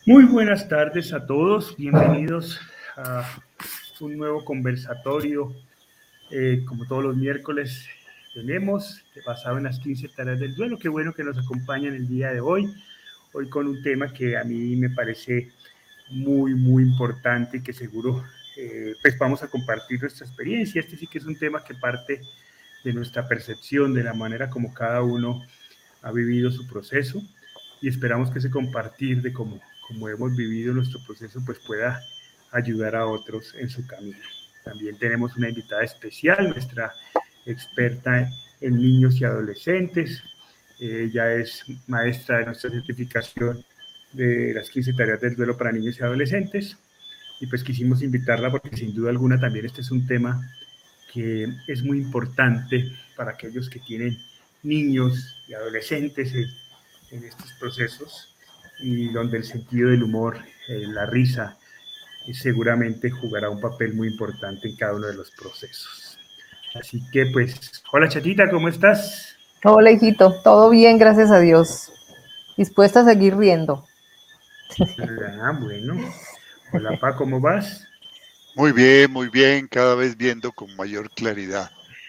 Muy buenas tardes a todos, bienvenidos a un nuevo conversatorio. Como todos los miércoles tenemos, basado en las 15 tareas del duelo. Qué bueno que nos acompañan el día de hoy con un tema que a mí me parece muy importante y que seguro pues vamos a compartir nuestra experiencia. Este sí que es un tema que parte de nuestra percepción, de la manera como cada uno ha vivido su proceso, y esperamos que ese compartir de cómo hemos vivido nuestro proceso pues pueda ayudar a otros en su camino. También tenemos una invitada especial, nuestra experta en niños y adolescentes. Ella es maestra de nuestra certificación de las 15 tareas del duelo para niños y adolescentes, y pues quisimos invitarla porque sin duda alguna también este es un tema que es muy importante para aquellos que tienen niños y adolescentes en estos procesos, y donde el sentido del humor, la risa, seguramente jugará un papel muy importante en cada uno de los procesos. Así que pues, hola chatita, ¿cómo estás? Hola, hijito, todo bien, gracias a Dios. Dispuesta a seguir riendo. Bueno. Hola Pa, ¿cómo vas? Muy bien, cada vez viendo con mayor claridad.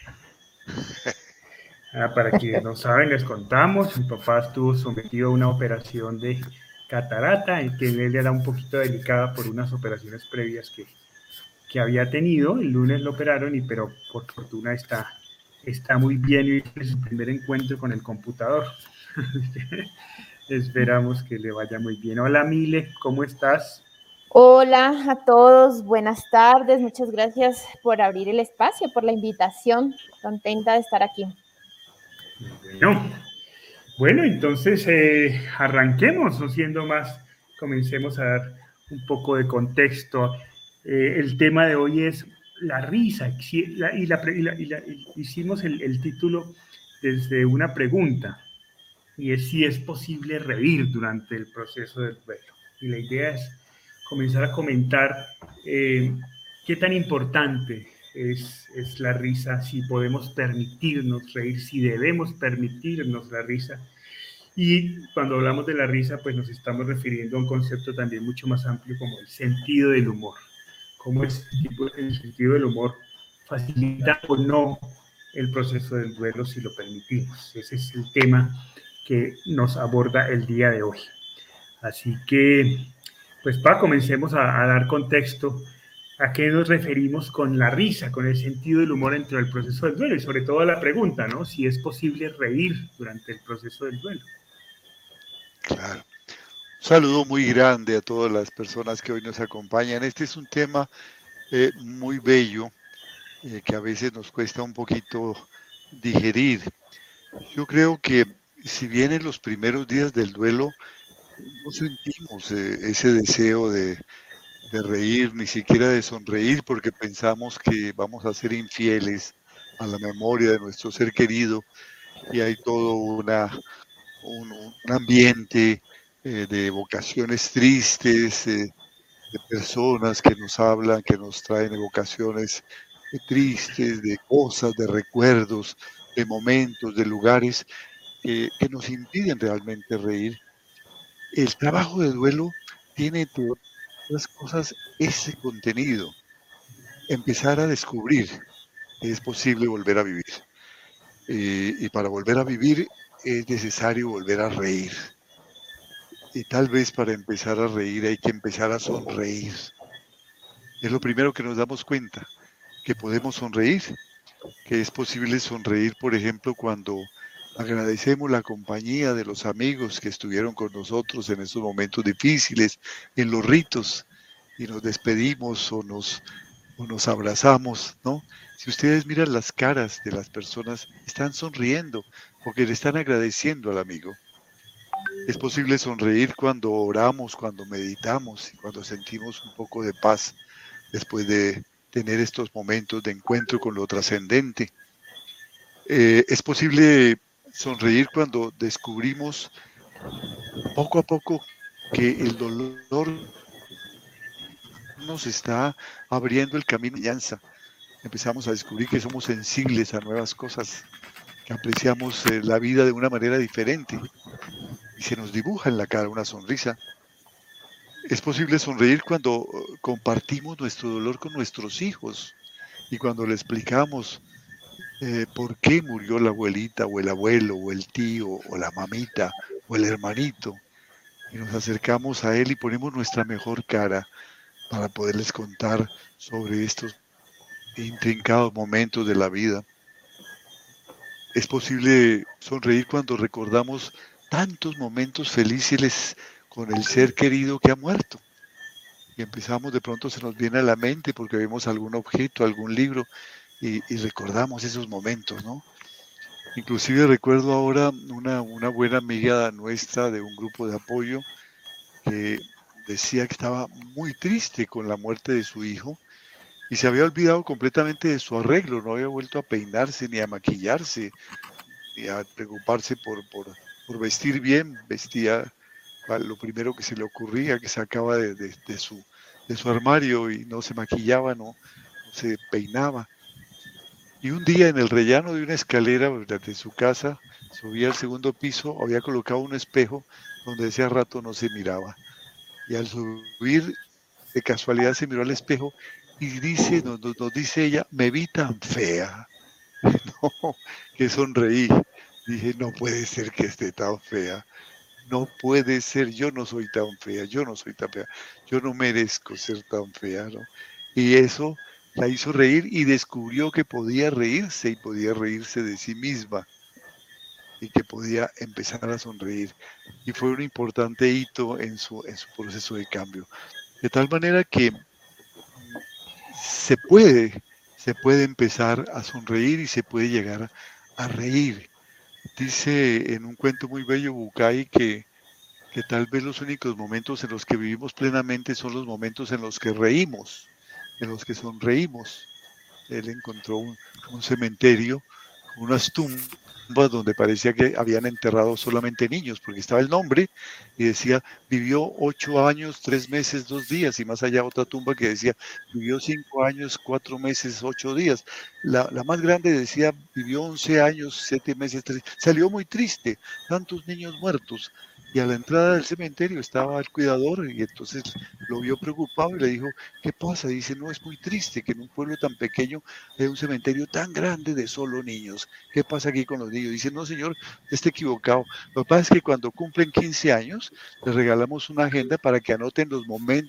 Para quienes no saben, les contamos, mi papá estuvo sometido a una operación de catarata, en que él era un poquito delicada por unas operaciones previas que había tenido. El lunes lo operaron, pero por fortuna está muy bien, y es su primer encuentro con el computador. Esperamos que le vaya muy bien. Hola Mile, ¿cómo estás? Hola a todos, buenas tardes, muchas gracias por abrir el espacio, por la invitación, contenta de estar aquí. Bueno, entonces arranquemos, no siendo más, comencemos a dar un poco de contexto. El tema de hoy es la risa, hicimos el título desde una pregunta, y es si es posible reír durante el proceso del duelo. Y la idea es comenzar a comentar qué tan importante es la risa, si podemos permitirnos reír, si debemos permitirnos la risa. Y cuando hablamos de la risa, pues nos estamos refiriendo a un concepto también mucho más amplio, como el sentido del humor. Cómo el sentido del humor facilita o no el proceso del duelo, si lo permitimos. Ese es el tema que nos aborda el día de hoy. Así que, pues, comencemos a dar contexto a qué nos referimos con la risa, con el sentido del humor dentro del proceso del duelo, y sobre todo la pregunta, ¿no? Si es posible reír durante el proceso del duelo. Claro. Un saludo muy grande a todas las personas que hoy nos acompañan. Este es un tema muy bello que a veces nos cuesta un poquito digerir. Yo creo que si bien en los primeros días del duelo no sentimos ese deseo de reír, ni siquiera de sonreír, porque pensamos que vamos a ser infieles a la memoria de nuestro ser querido, y hay todo un ambiente de evocaciones tristes, de personas que nos hablan, que nos traen evocaciones tristes, de cosas, de recuerdos, de momentos, de lugares que nos impiden realmente reír. El trabajo de duelo tiene, entre otras cosas, ese contenido. Empezar a descubrir que es posible volver a vivir. Y para volver a vivir es necesario volver a reír. Y tal vez para empezar a reír hay que empezar a sonreír. Es lo primero que nos damos cuenta, que podemos sonreír, que es posible sonreír, por ejemplo, cuando agradecemos la compañía de los amigos que estuvieron con nosotros en esos momentos difíciles, en los ritos, y nos despedimos o nos abrazamos, ¿no? Si ustedes miran las caras de las personas, están sonriendo porque le están agradeciendo al amigo. Es posible sonreír cuando oramos, cuando meditamos y cuando sentimos un poco de paz después de tener estos momentos de encuentro con lo trascendente. Es posible sonreír cuando descubrimos poco a poco que el dolor nos está abriendo el camino de enseñanza. Empezamos a descubrir que somos sensibles a nuevas cosas, que apreciamos la vida de una manera diferente y se nos dibuja en la cara una sonrisa. Es posible sonreír cuando compartimos nuestro dolor con nuestros hijos y cuando le explicamos por qué murió la abuelita o el abuelo o el tío o la mamita o el hermanito, y nos acercamos a él y ponemos nuestra mejor cara para poderles contar sobre estos intrincados momentos de la vida. Es posible sonreír cuando recordamos tantos momentos felices con el ser querido que ha muerto. Y empezamos, de pronto se nos viene a la mente porque vemos algún objeto, algún libro y recordamos esos momentos, ¿no? Inclusive recuerdo ahora una buena amiga nuestra de un grupo de apoyo que decía que estaba muy triste con la muerte de su hijo y se había olvidado completamente de su arreglo, no había vuelto a peinarse ni a maquillarse ni a preocuparse por vestir bien, vestía lo primero que se le ocurría, que sacaba de su armario y no se maquillaba, no se peinaba. Y un día en el rellano de una escalera de su casa, subía al segundo piso, había colocado un espejo donde ese rato no se miraba. Y al subir, de casualidad se miró al espejo y nos dice ella, me vi tan fea. No, que sonreí. Dije, no puede ser que esté tan fea. No puede ser, yo no soy tan fea, yo no soy tan fea, yo no merezco ser tan fea, ¿no? Y eso la hizo reír y descubrió que podía reírse y podía reírse de sí misma y que podía empezar a sonreír. Y fue un importante hito en su proceso de cambio. De tal manera que se puede empezar a sonreír y se puede llegar a reír. Dice en un cuento muy bello Bucay que tal vez los únicos momentos en los que vivimos plenamente son los momentos en los que reímos, en los que sonreímos. Él encontró un cementerio con unas tumbas donde parecía que habían enterrado solamente niños, porque estaba el nombre y decía, vivió 8 años, 3 meses, 2 días, y más allá otra tumba que decía, vivió 5 años, 4 meses, 8 días. La más grande decía, vivió 11 años, 7 meses, 3. Salió muy triste, tantos niños muertos. Y a la entrada del cementerio estaba el cuidador y entonces lo vio preocupado y le dijo, ¿qué pasa? Dice, no, es muy triste que en un pueblo tan pequeño haya un cementerio tan grande de solo niños. ¿Qué pasa aquí con los niños? Dice, no, señor, está equivocado. Lo que pasa es que cuando cumplen 15 años, les regalamos una agenda para que anoten los momentos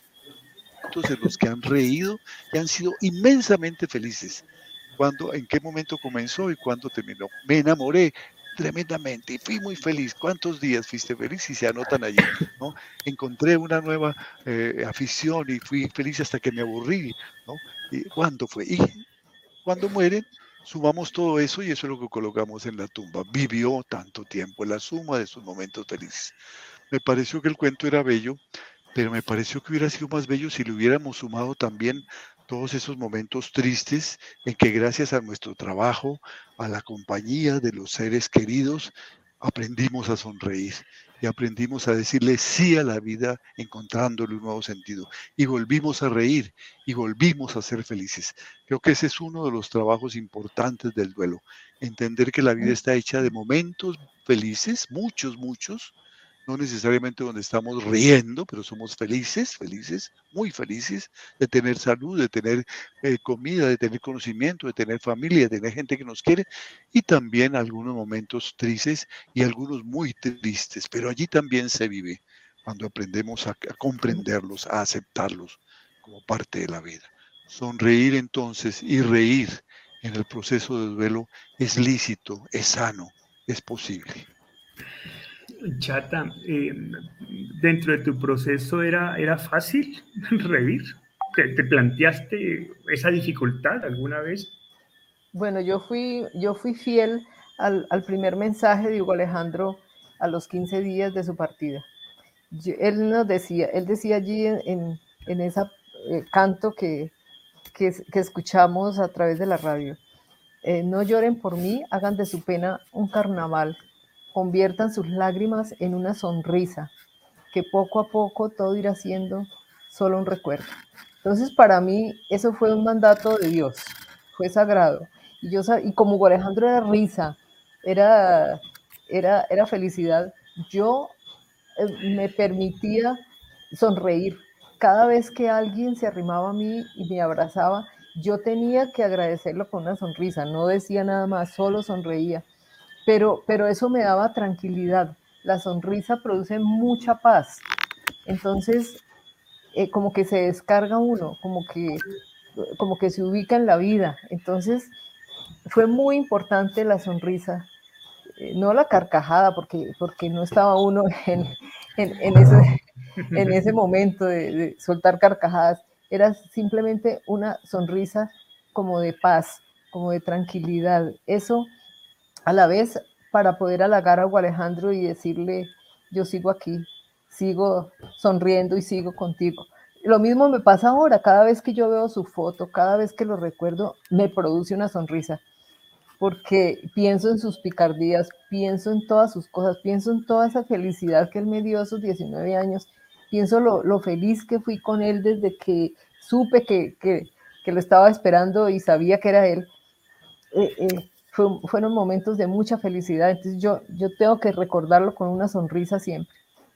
en los que han reído y han sido inmensamente felices. En qué momento comenzó y cuándo terminó. Me enamoré tremendamente y fui muy feliz. ¿Cuántos días fuiste feliz? Y se anotan allí, ¿no? Encontré una nueva afición y fui feliz hasta que me aburrí, ¿no? ¿Y cuándo fue? Y cuando mueren, sumamos todo eso y eso es lo que colocamos en la tumba. Vivió tanto tiempo, la suma de sus momentos felices. Me pareció que el cuento era bello, pero me pareció que hubiera sido más bello si le hubiéramos sumado también todos esos momentos tristes en que gracias a nuestro trabajo, a la compañía de los seres queridos, aprendimos a sonreír y aprendimos a decirle sí a la vida encontrándole un nuevo sentido y volvimos a reír y volvimos a ser felices. Creo que ese es uno de los trabajos importantes del duelo, entender que la vida está hecha de momentos felices, muchos, muchos, no necesariamente donde estamos riendo, pero somos felices, felices, muy felices de tener salud, de tener comida, de tener conocimiento, de tener familia, de tener gente que nos quiere, y también algunos momentos tristes y algunos muy tristes, pero allí también se vive cuando aprendemos a comprenderlos, a aceptarlos como parte de la vida. Sonreír entonces y reír en el proceso de duelo es lícito, es sano, es posible. Chata, dentro de tu proceso era fácil reír. ¿Te planteaste esa dificultad alguna vez? Bueno, yo fui fiel al primer mensaje de Hugo Alejandro a los 15 días de su partida. Él decía allí en ese canto que escuchamos a través de la radio, no lloren por mí, hagan de su pena un carnaval, conviertan sus lágrimas en una sonrisa, que poco a poco todo irá siendo solo un recuerdo. Entonces, para mí, eso fue un mandato de Dios, fue sagrado. Y como Alejandro era risa, era felicidad, yo me permitía sonreír. Cada vez que alguien se arrimaba a mí y me abrazaba, yo tenía que agradecerlo con una sonrisa, no decía nada más, solo sonreía. Pero eso me daba tranquilidad. La sonrisa produce mucha paz. Entonces, como que se descarga uno, como que se ubica en la vida. Entonces, fue muy importante la sonrisa, no la carcajada, porque no estaba uno en ese momento de soltar carcajadas. Era simplemente una sonrisa como de paz, como de tranquilidad. Eso a la vez para poder halagar a Hugo Alejandro y decirle, yo sigo aquí, sigo sonriendo y sigo contigo. Lo mismo me pasa ahora, cada vez que yo veo su foto, cada vez que lo recuerdo, me produce una sonrisa, porque pienso en sus picardías, pienso en todas sus cosas, pienso en toda esa felicidad que él me dio a esos 19 años, pienso lo feliz que fui con él desde que supe que lo estaba esperando y sabía que era él. Fueron momentos de mucha felicidad, entonces yo tengo que recordarlo con una sonrisa siempre.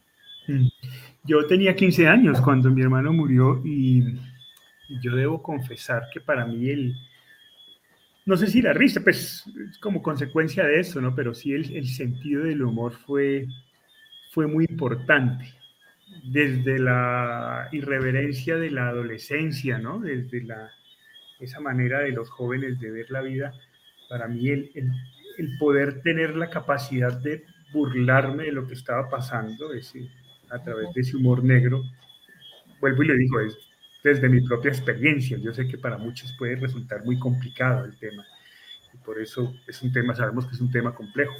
Yo tenía 15 años cuando mi hermano murió y yo debo confesar que para mí no sé si la risa, pues como consecuencia de eso, ¿no? Pero sí el sentido del humor fue muy importante. Desde la irreverencia de la adolescencia, ¿no? Desde esa manera de los jóvenes de ver la vida, para mí el poder tener la capacidad de burlarme de lo que estaba pasando a través de ese humor negro, vuelvo y le digo, es desde mi propia experiencia. Yo sé que para muchos puede resultar muy complicado el tema, y por eso es un tema, sabemos que es un tema complejo.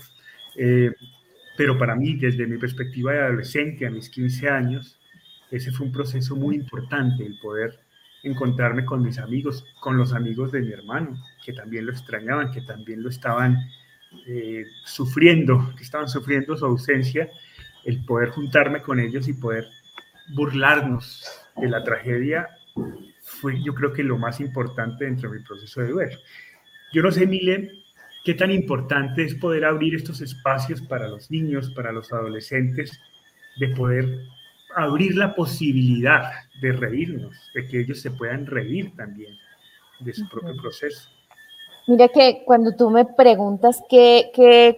Pero para mí, desde mi perspectiva de adolescente, a mis 15 años, ese fue un proceso muy importante, el poder encontrarme con mis amigos, con los amigos de mi hermano, que también lo extrañaban, que también lo estaban sufriendo, que estaban sufriendo su ausencia, el poder juntarme con ellos y poder burlarnos de la tragedia fue, yo creo que lo más importante dentro de mi proceso de duelo. Yo no sé, Mile, qué tan importante es poder abrir estos espacios para los niños, para los adolescentes, de poder abrir la posibilidad de reírnos, de que ellos se puedan reír también de su propio proceso. Mira que cuando tú me preguntas qué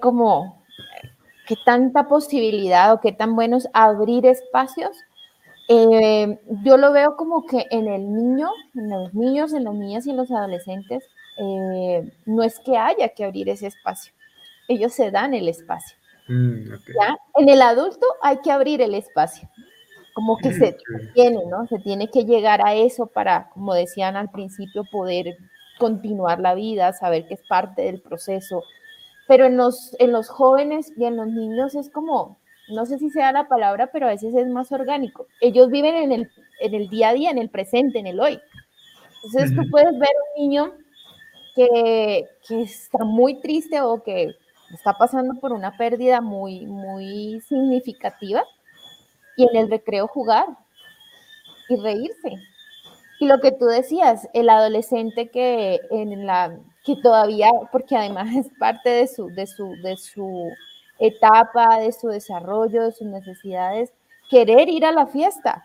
tanta posibilidad o qué tan bueno es abrir espacios, yo lo veo como que en el niño, en los niños, en las niñas y en los adolescentes, no es que haya que abrir ese espacio, ellos se dan el espacio. Okay. ¿Ya? En el adulto hay que abrir el espacio, como que se tiene, ¿no? Se tiene que llegar a eso para, como decían al principio, poder continuar la vida, saber que es parte del proceso. Pero en los jóvenes y en los niños es como, no sé si sea la palabra, pero a veces es más orgánico. Ellos viven en el día a día, en el presente, en el hoy. Entonces tú puedes ver un niño que está muy triste o que está pasando por una pérdida muy, muy significativa y en el recreo jugar y reírse. Y lo que tú decías, el adolescente que todavía, porque además es parte de su etapa, de su desarrollo, de sus necesidades, querer ir a la fiesta,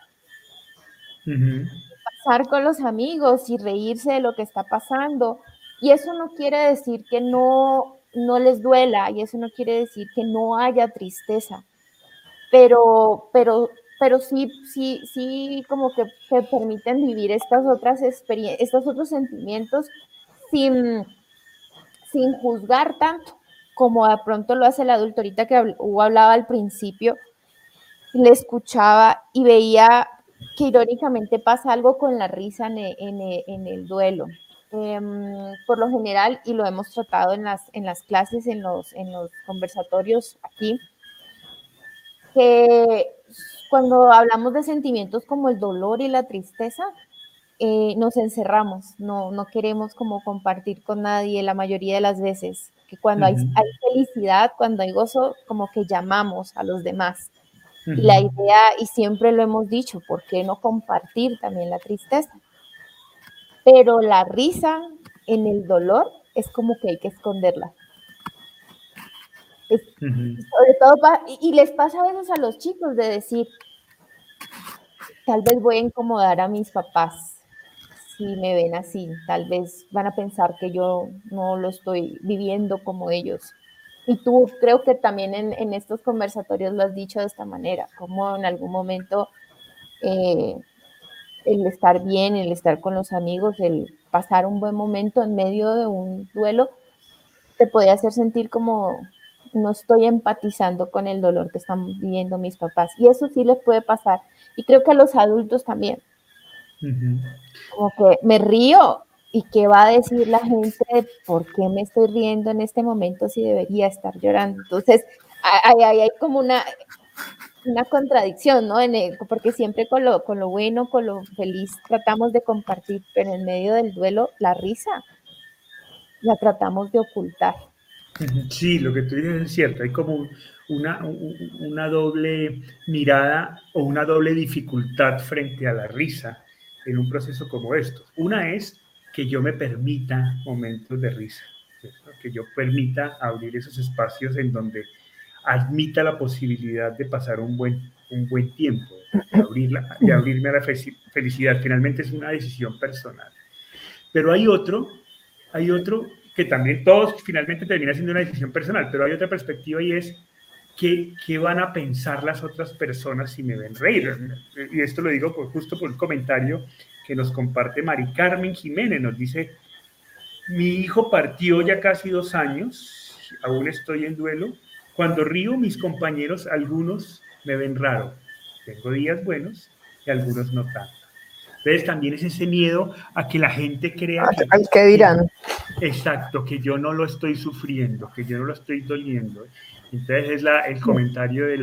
pasar con los amigos y reírse de lo que está pasando. Y eso no quiere decir que no les duela, y eso no quiere decir que no haya tristeza, pero sí como que se permiten vivir estas otras experiencias, estos otros sentimientos sin juzgar tanto como de pronto lo hace el adulto. Ahorita que Hugo hablaba al principio, le escuchaba y veía que irónicamente pasa algo con la risa en el duelo. Por lo general, y lo hemos tratado en las clases, en los conversatorios aquí, que cuando hablamos de sentimientos como el dolor y la tristeza, nos encerramos, no queremos como compartir con nadie la mayoría de las veces, que cuando hay felicidad, cuando hay gozo, como que llamamos a los demás. Y la idea, y siempre lo hemos dicho, ¿por qué no compartir también la tristeza? Pero la risa en el dolor es como que hay que esconderla. Sobre todo y les pasa a veces a los chicos de decir, tal vez voy a incomodar a mis papás si me ven así, tal vez van a pensar que yo no lo estoy viviendo como ellos. Y tú creo que también en estos conversatorios lo has dicho de esta manera, como en algún momento el estar bien, el estar con los amigos, el pasar un buen momento en medio de un duelo, te puede hacer sentir como no estoy empatizando con el dolor que están viviendo mis papás. Y eso sí les puede pasar. Y creo que a los adultos también. Como que me río y qué va a decir la gente, por qué me estoy riendo en este momento si debería estar llorando. Entonces, hay como una contradicción, ¿no? Porque siempre con lo bueno, con lo feliz tratamos de compartir, pero en medio del duelo, la risa la tratamos de ocultar. Sí, lo que tú dices es cierto, hay como una doble mirada o una doble dificultad frente a la risa en un proceso como esto. Una es que yo me permita momentos de risa, ¿cierto? Que yo permita abrir esos espacios en donde admita la posibilidad de pasar un buen tiempo, de abrirme a la felicidad. Finalmente es una decisión personal. Pero hay otro que también todos finalmente termina siendo una decisión personal, pero hay otra perspectiva y es qué van a pensar las otras personas si me ven reír. Y esto lo digo justo por un comentario que nos comparte Mari Carmen Jiménez, nos dice, mi hijo partió ya casi 2 años, aún estoy en duelo, cuando río mis compañeros, algunos me ven raro, tengo días buenos y algunos no tanto. Entonces también es ese miedo a que la gente crea que... Al que dirán. Exacto, que yo no lo estoy sufriendo, que yo no lo estoy doliendo. Entonces es el comentario de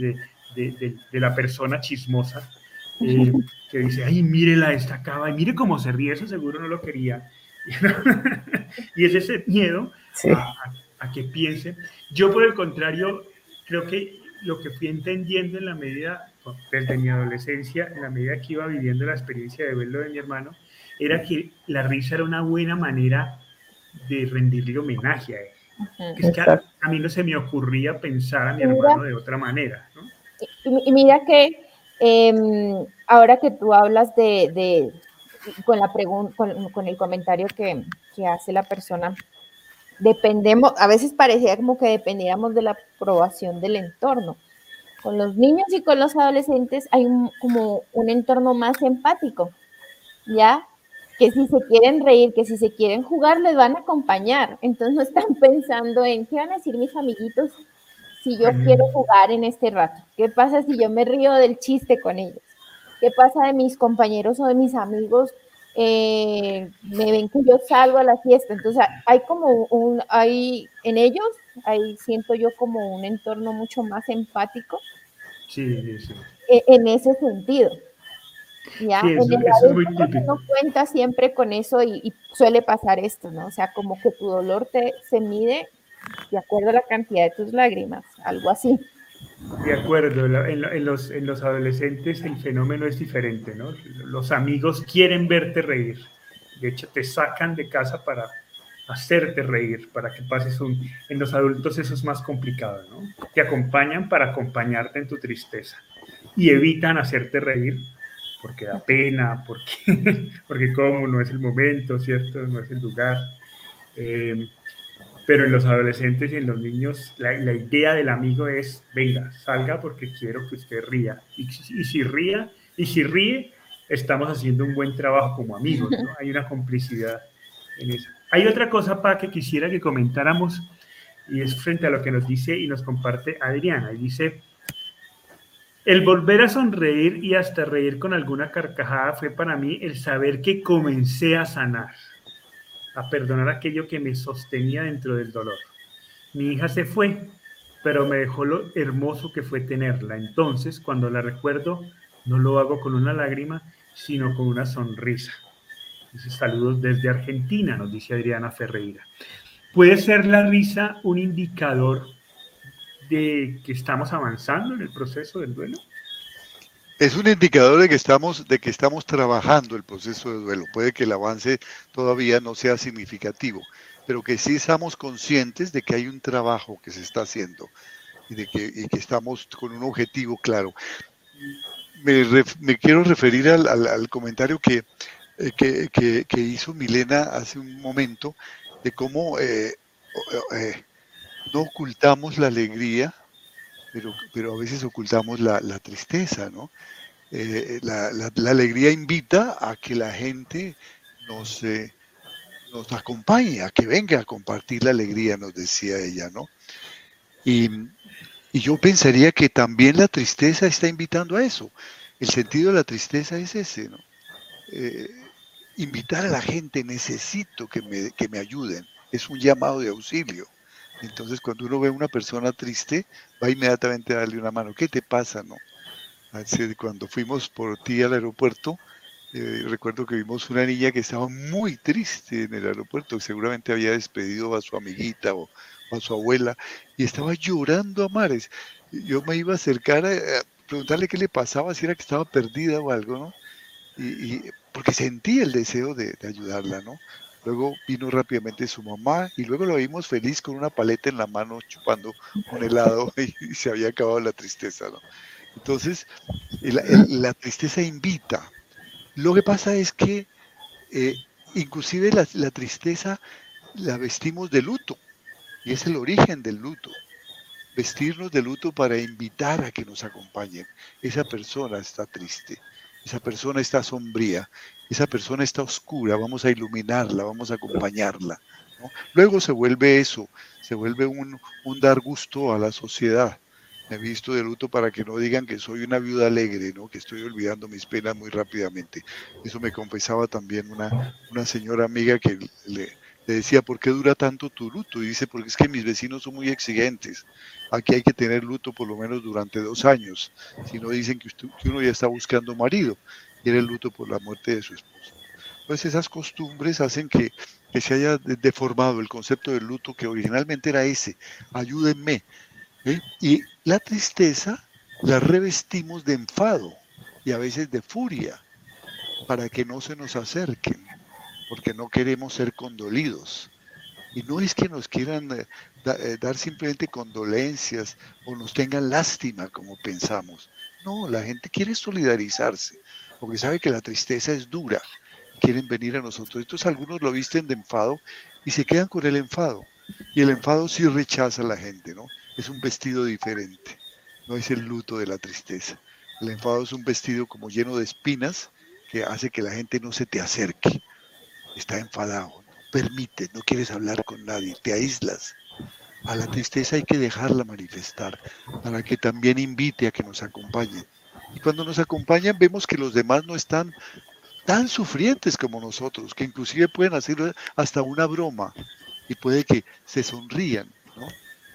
la persona chismosa que dice, ay, mírela esta cava, y mire cómo se ríe, eso seguro no lo quería. Y es ese miedo a que piense. Yo por el contrario, creo que lo que fui entendiendo en la medida, desde mi adolescencia, en la medida que iba viviendo la experiencia de verlo de mi hermano, era que la risa era una buena manera de rendirle homenaje a él. Es que a mí no se me ocurría pensar a mi hermano de otra manera, ¿no? Y mira que ahora que tú hablas con la pregunta, con el comentario que hace la persona, dependemos, a veces parecía como que dependiéramos de la aprobación del entorno. Con los niños y con los adolescentes hay como un entorno más empático, ¿ya? Que si se quieren reír, que si se quieren jugar, les van a acompañar. Entonces no están pensando en qué van a decir mis amiguitos si yo quiero jugar en este rato. ¿Qué pasa si yo me río del chiste con ellos? ¿Qué pasa de mis compañeros o de mis amigos? Me ven que yo salgo a la fiesta. Entonces hay como en ellos, siento yo como un entorno mucho más empático. Sí, sí. En ese sentido. ¿Ya? Sí, eso es muy típico. No cuenta siempre con eso y suele pasar esto, ¿no? O sea, como que tu dolor se mide de acuerdo a la cantidad de tus lágrimas, algo así. De acuerdo, en los adolescentes el fenómeno es diferente, ¿no? Los amigos quieren verte reír. De hecho, te sacan de casa para hacerte reír, para que pases En los adultos eso es más complicado, ¿no? Te acompañan para acompañarte en tu tristeza y evitan hacerte reír porque da pena, porque como no es el momento, ¿cierto? No es el lugar. Pero en los adolescentes y en los niños la idea del amigo es, venga, salga porque quiero que usted ría. Y si ríe, estamos haciendo un buen trabajo como amigos, ¿no? Hay una complicidad en eso. Hay otra cosa, Pa, que quisiera que comentáramos, y es frente a lo que nos dice y nos comparte Adriana. Y dice, el volver a sonreír y hasta reír con alguna carcajada fue para mí el saber que comencé a sanar, a perdonar aquello que me sostenía dentro del dolor. Mi hija se fue, pero me dejó lo hermoso que fue tenerla. Entonces, cuando la recuerdo, no lo hago con una lágrima, sino con una sonrisa. Dice, saludos desde Argentina, nos dice Adriana Ferreira. ¿Puede ser la risa un indicador de que estamos avanzando en el proceso del duelo? Es un indicador de que estamos trabajando el proceso de duelo. Puede que el avance todavía no sea significativo, pero que sí estamos conscientes de que hay un trabajo que se está haciendo y que estamos con un objetivo claro. me quiero referir al comentario que hizo Milena hace un momento de cómo no ocultamos la alegría, pero a veces ocultamos la tristeza, ¿no? La alegría invita a que la gente nos acompañe, a que venga a compartir la alegría, nos decía ella, ¿no? Y yo pensaría que también la tristeza está invitando a eso. El sentido de la tristeza es ese, ¿no? Invitar a la gente, necesito que me ayuden, es un llamado de auxilio. Entonces, cuando uno ve a una persona triste, va inmediatamente a darle una mano. ¿Qué te pasa, no? Cuando fuimos por ti al aeropuerto, recuerdo que vimos una niña que estaba muy triste en el aeropuerto, seguramente había despedido a su amiguita o a su abuela, y estaba llorando a mares. Yo me iba a acercar a preguntarle qué le pasaba, si era que estaba perdida o algo, ¿no? Porque sentí el deseo de ayudarla, ¿no? Luego vino rápidamente su mamá y luego lo vimos feliz con una paleta en la mano chupando un helado y se había acabado la tristeza, ¿no? Entonces, la tristeza invita. Lo que pasa es que inclusive la tristeza la vestimos de luto y es el origen del luto. Vestirnos de luto para invitar a que nos acompañen. Esa persona está triste, esa persona está sombría, esa persona está oscura, vamos a iluminarla, vamos a acompañarla, ¿no? Luego se vuelve eso, se vuelve un dar gusto a la sociedad. Me he visto de luto para que no digan que soy una viuda alegre, ¿no? Que estoy olvidando mis penas muy rápidamente. Eso me confesaba también una señora amiga que le decía, ¿por qué dura tanto tu luto? Y dice, porque es que mis vecinos son muy exigentes. Aquí hay que tener luto por lo menos durante 2 años. Si no, dicen que uno ya está buscando marido. Quiere el luto por la muerte de su esposo. Pues esas costumbres hacen que se haya deformado el concepto del luto, que originalmente era ese, ayúdenme. Y la tristeza la revestimos de enfado y a veces de furia para que no se nos acerquen, porque no queremos ser condolidos. Y no es que nos quieran dar simplemente condolencias o nos tengan lástima como pensamos. No, la gente quiere solidarizarse, porque sabe que la tristeza es dura. Quieren venir a nosotros. Entonces algunos lo visten de enfado y se quedan con el enfado. Y el enfado sí rechaza a la gente, ¿no? Es un vestido diferente. No es el luto de la tristeza. El enfado es un vestido como lleno de espinas que hace que la gente no se te acerque. Está enfadado, no permite, no quieres hablar con nadie, te aíslas. A la tristeza hay que dejarla manifestar para que también invite a que nos acompañen. Y cuando nos acompañan vemos que los demás no están tan sufrientes como nosotros, que inclusive pueden hacer hasta una broma y puede que se sonrían, ¿no?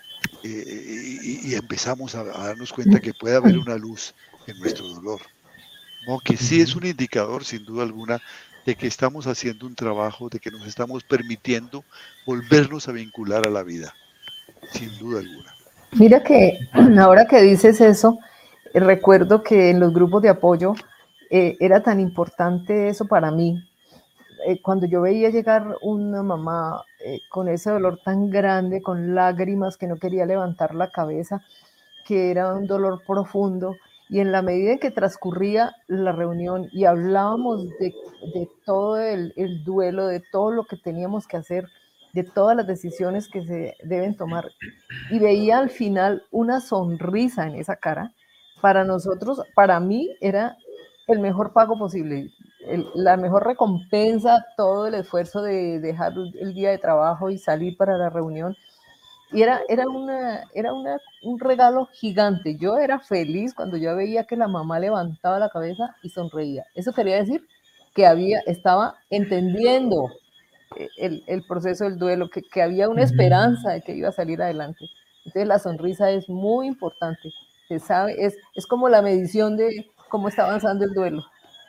Y empezamos a darnos cuenta que puede haber una luz en nuestro dolor, ¿no? Que sí es un indicador, sin duda alguna, de que estamos haciendo un trabajo, de que nos estamos permitiendo volvernos a vincular a la vida, sin duda alguna. Mira que ahora que dices eso, recuerdo que en los grupos de apoyo era tan importante eso para mí. Cuando yo veía llegar una mamá con ese dolor tan grande, con lágrimas, que no quería levantar la cabeza, que era un dolor profundo, y en la medida en que transcurría la reunión y hablábamos de todo el duelo, de todo lo que teníamos que hacer, de todas las decisiones que se deben tomar, y veía al final una sonrisa en esa cara, para nosotros, para mí, era el mejor pago posible, la mejor recompensa, todo el esfuerzo de dejar el día de trabajo y salir para la reunión. Y era un regalo gigante. Yo era feliz cuando yo veía que la mamá levantaba la cabeza y sonreía. Eso quería decir que estaba entendiendo el proceso del duelo, que había una esperanza de que iba a salir adelante. Entonces la sonrisa es muy importante. Se sabe, es como la medición de cómo está avanzando el duelo.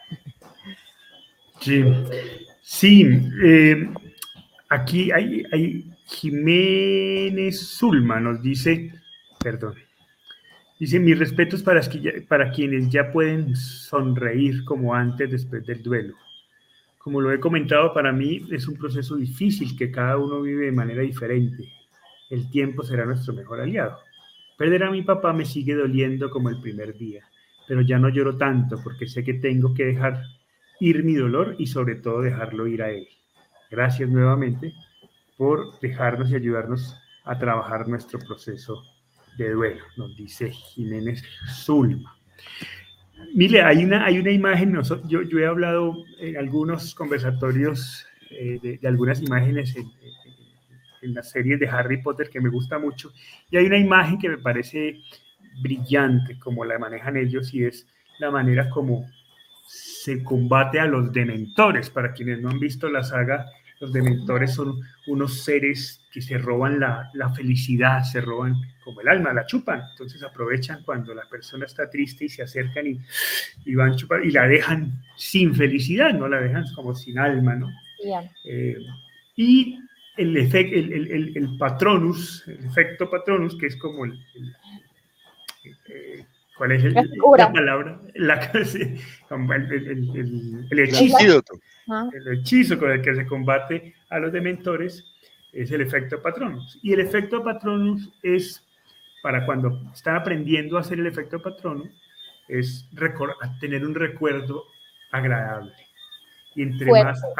Sí, sí. Aquí hay Jiménez Zulma nos dice, perdón, dice, mis respetos para quienes ya pueden sonreír como antes después del duelo. Como lo he comentado, para mí es un proceso difícil que cada uno vive de manera diferente. El tiempo será nuestro mejor aliado. Perder a mi papá me sigue doliendo como el primer día, pero ya no lloro tanto porque sé que tengo que dejar ir mi dolor y sobre todo dejarlo ir a él. Gracias nuevamente por dejarnos y ayudarnos a trabajar nuestro proceso de duelo, nos dice Jiménez Zulma. Mire, hay una imagen, yo he hablado en algunos conversatorios de algunas imágenes en las series de Harry Potter que me gusta mucho, y hay una imagen que me parece brillante como la manejan ellos, y es la manera como se combate a los dementores. Para quienes no han visto la saga, los dementores son unos seres que se roban la felicidad, se roban como el alma, la chupan. Entonces aprovechan cuando la persona está triste y se acercan y van chupando y la dejan sin felicidad, no la dejan como sin alma, ¿no? Yeah. Y el patronus, el efecto patronus, que es como ¿cuál es la palabra? El hechizo. El hechizo con el que se combate a los dementores es el efecto patronus. Y el efecto patronus es, para cuando están aprendiendo a hacer el efecto patronus, es tener un recuerdo agradable. Y entre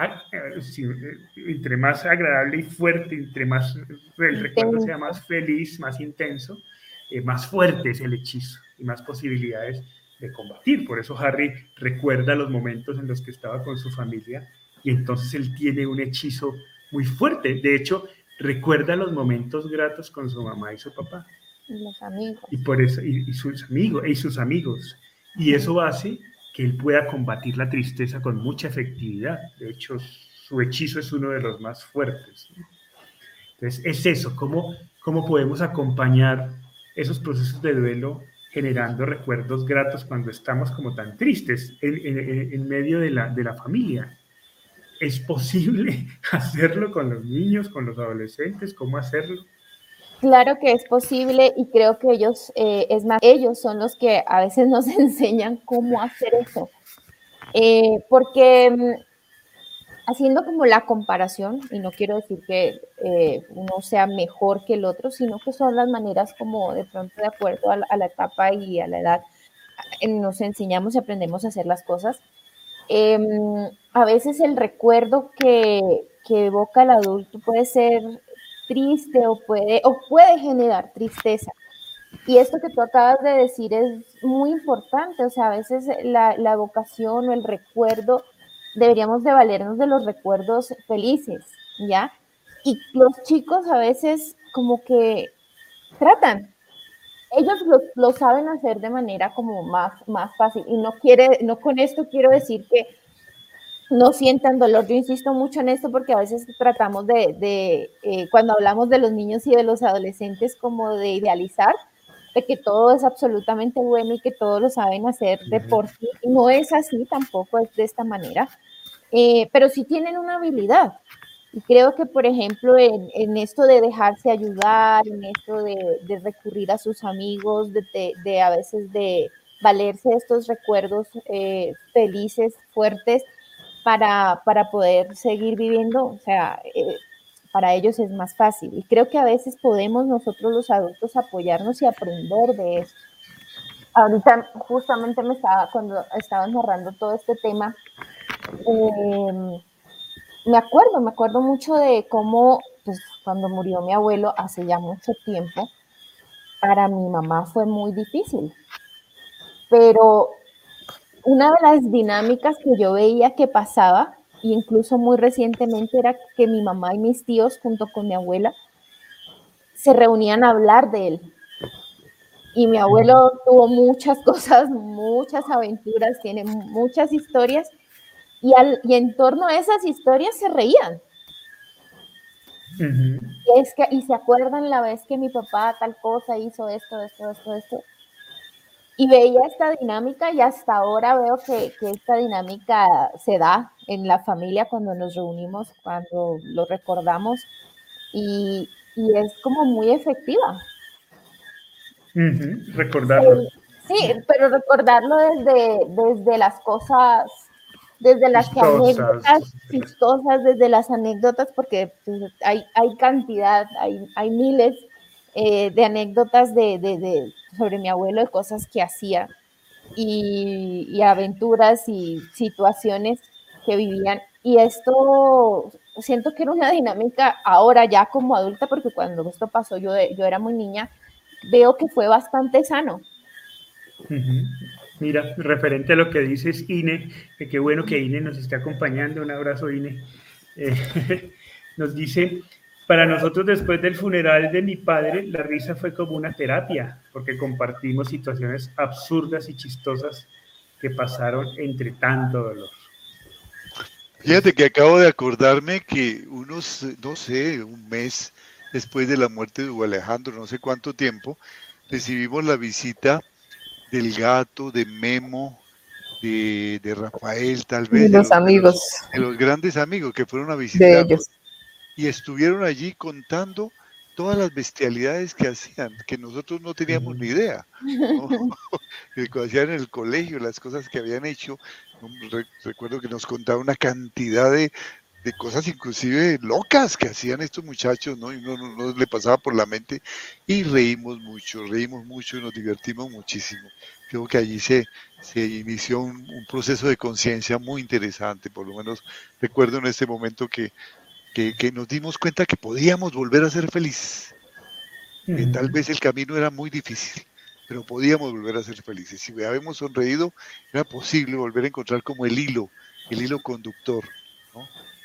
más agradable y fuerte, entre más el recuerdo sea más feliz, más intenso, más fuerte es el hechizo y más posibilidades de combatir. Por eso Harry recuerda los momentos en los que estaba con su familia y entonces él tiene un hechizo muy fuerte. De hecho, recuerda los momentos gratos con su mamá y su papá. Y los amigos. Y por eso, y sus amigos. Y eso hace que él pueda combatir la tristeza con mucha efectividad. De hecho, su hechizo es uno de los más fuertes. Entonces, es eso, cómo podemos acompañar esos procesos de duelo generando recuerdos gratos cuando estamos como tan tristes en medio de la familia. ¿Es posible hacerlo con los niños, con los adolescentes? ¿Cómo hacerlo? Claro que es posible y creo que ellos, ellos son los que a veces nos enseñan cómo hacer eso. Porque haciendo como la comparación, y no quiero decir que uno sea mejor que el otro, sino que son las maneras como de pronto de acuerdo a la etapa y a la edad, nos enseñamos y aprendemos a hacer las cosas. A veces el recuerdo que evoca el adulto puede ser triste o puede generar tristeza. Y esto que tú acabas de decir es muy importante, o sea, a veces la evocación o el recuerdo, deberíamos de valernos de los recuerdos felices, ¿ya? Y los chicos a veces como que tratan, ellos lo saben hacer de manera como más fácil, y no con esto quiero decir que no sientan dolor. Yo insisto mucho en esto porque a veces tratamos cuando hablamos de los niños y de los adolescentes, como de idealizar, de que todo es absolutamente bueno y que todos lo saben hacer de por sí. No es así, tampoco es de esta manera, pero sí tienen una habilidad. Y creo que, por ejemplo, en esto de dejarse ayudar, en esto de recurrir a sus amigos, de a veces de valerse de estos recuerdos felices, fuertes, para poder seguir viviendo, o sea, para ellos es más fácil. Y creo que a veces podemos nosotros los adultos apoyarnos y aprender de eso. Ahorita justamente cuando estaba narrando todo este tema, me acuerdo mucho de cómo, pues, cuando murió mi abuelo hace ya mucho tiempo, para mi mamá fue muy difícil. Pero una de las dinámicas que yo veía que pasaba, incluso muy recientemente, era que mi mamá y mis tíos, junto con mi abuela, se reunían a hablar de él. Y mi abuelo tuvo muchas cosas, muchas aventuras, tiene muchas historias, y en torno a esas historias se reían. Y se acuerdan la vez que mi papá tal cosa hizo esto. Y veía esta dinámica, y hasta ahora veo que esta dinámica se da en la familia cuando nos reunimos, cuando lo recordamos, y es como muy efectiva. Recordarlo. Sí, pero recordarlo desde las cosas, desde las anécdotas chistosas, desde las anécdotas, porque pues, hay cantidad, hay miles de anécdotas sobre mi abuelo, de cosas que hacía. y aventuras y situaciones que vivían. Y esto siento que era una dinámica ahora ya como adulta, porque cuando esto pasó yo era muy niña, veo que fue bastante sano. Mira, referente a lo que dices, Ine, que qué bueno que Ine nos esté acompañando, un abrazo, Ine. Nos dice, para nosotros después del funeral de mi padre, la risa fue como una terapia, porque compartimos situaciones absurdas y chistosas que pasaron entre tanto dolor. Fíjate que acabo de acordarme que unos, no sé, un mes después de la muerte de Hugo Alejandro, no sé cuánto tiempo, recibimos la visita del gato, de Memo, de Rafael, tal Y vez, los amigos de los grandes amigos que fueron a de visitarnos ellos. y estuvieron allí contando todas las bestialidades que hacían, que nosotros no teníamos ni idea, ¿no? Que hacían en el colegio, las cosas que habían hecho. Recuerdo que nos contaba una cantidad de cosas inclusive locas que hacían estos muchachos, ¿no? Y uno no le pasaba por la mente y reímos mucho y nos divertimos muchísimo. Creo que allí se inició un proceso de conciencia muy interesante, por lo menos recuerdo en este momento que nos dimos cuenta que podíamos volver a ser felices, que tal vez el camino era muy difícil, pero podíamos volver a ser felices. Si habíamos sonreído, era posible volver a encontrar como el hilo conductor, ¿no?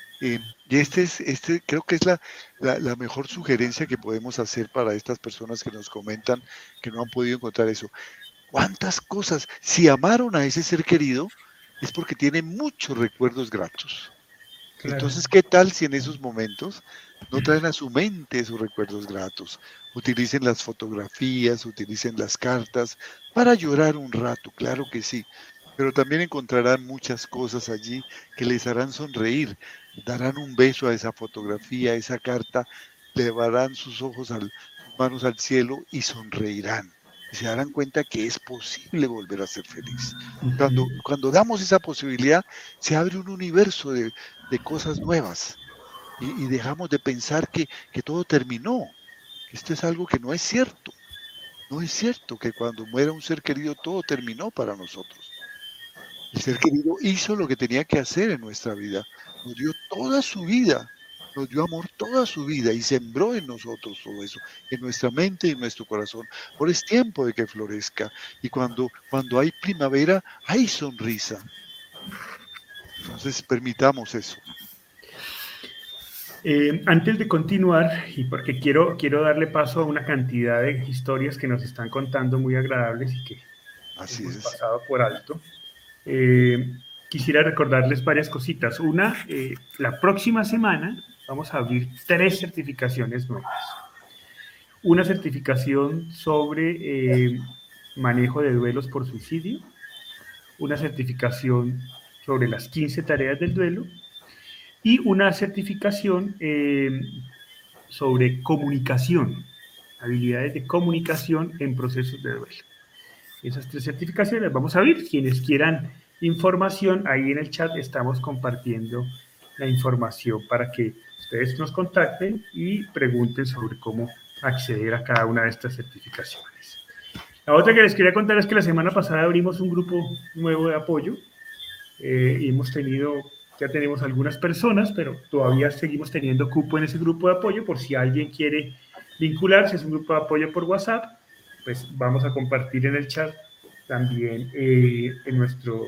Y este creo que es la mejor sugerencia que podemos hacer para estas personas que nos comentan que no han podido encontrar eso. ¿Cuántas cosas? Si amaron a ese ser querido, es porque tiene muchos recuerdos gratos. Claro. Entonces, ¿qué tal si en esos momentos no traen a su mente esos recuerdos gratos? Utilicen las fotografías, utilicen las cartas para llorar un rato, claro que sí, pero también encontrarán muchas cosas allí que les harán sonreír, darán un beso a esa fotografía, a esa carta, llevarán sus manos al cielo y sonreirán. Y se darán cuenta que es posible volver a ser feliz. Cuando damos esa posibilidad, se abre un universo de cosas nuevas y dejamos de pensar que todo terminó. Esto es algo que no es cierto. No es cierto que cuando muera un ser querido todo terminó para nosotros. El ser querido hizo lo que tenía que hacer en nuestra vida. Nos dio toda su vida, nos dio amor toda su vida y sembró en nosotros todo eso, en nuestra mente y en nuestro corazón. Ahora es tiempo de que florezca y cuando hay primavera hay sonrisa. Entonces permitamos eso. Antes de continuar, y porque quiero darle paso a una cantidad de historias que nos están contando muy agradables y que hemos pasado por alto, quisiera recordarles varias cositas. Una, la próxima semana vamos a abrir 3 certificaciones nuevas. Una certificación sobre manejo de duelos por suicidio, una certificación sobre las 15 tareas del duelo, y una certificación sobre comunicación, habilidades de comunicación en procesos de duelo. Esas 3 certificaciones vamos a ver. Quienes quieran información, ahí en el chat estamos compartiendo la información para que ustedes nos contacten y pregunten sobre cómo acceder a cada una de estas certificaciones. La otra que les quería contar es que la semana pasada abrimos un grupo nuevo de apoyo y ya tenemos algunas personas, pero todavía seguimos teniendo cupo en ese grupo de apoyo por si alguien quiere vincularse. Es un grupo de apoyo por WhatsApp, pues vamos a compartir en el chat también en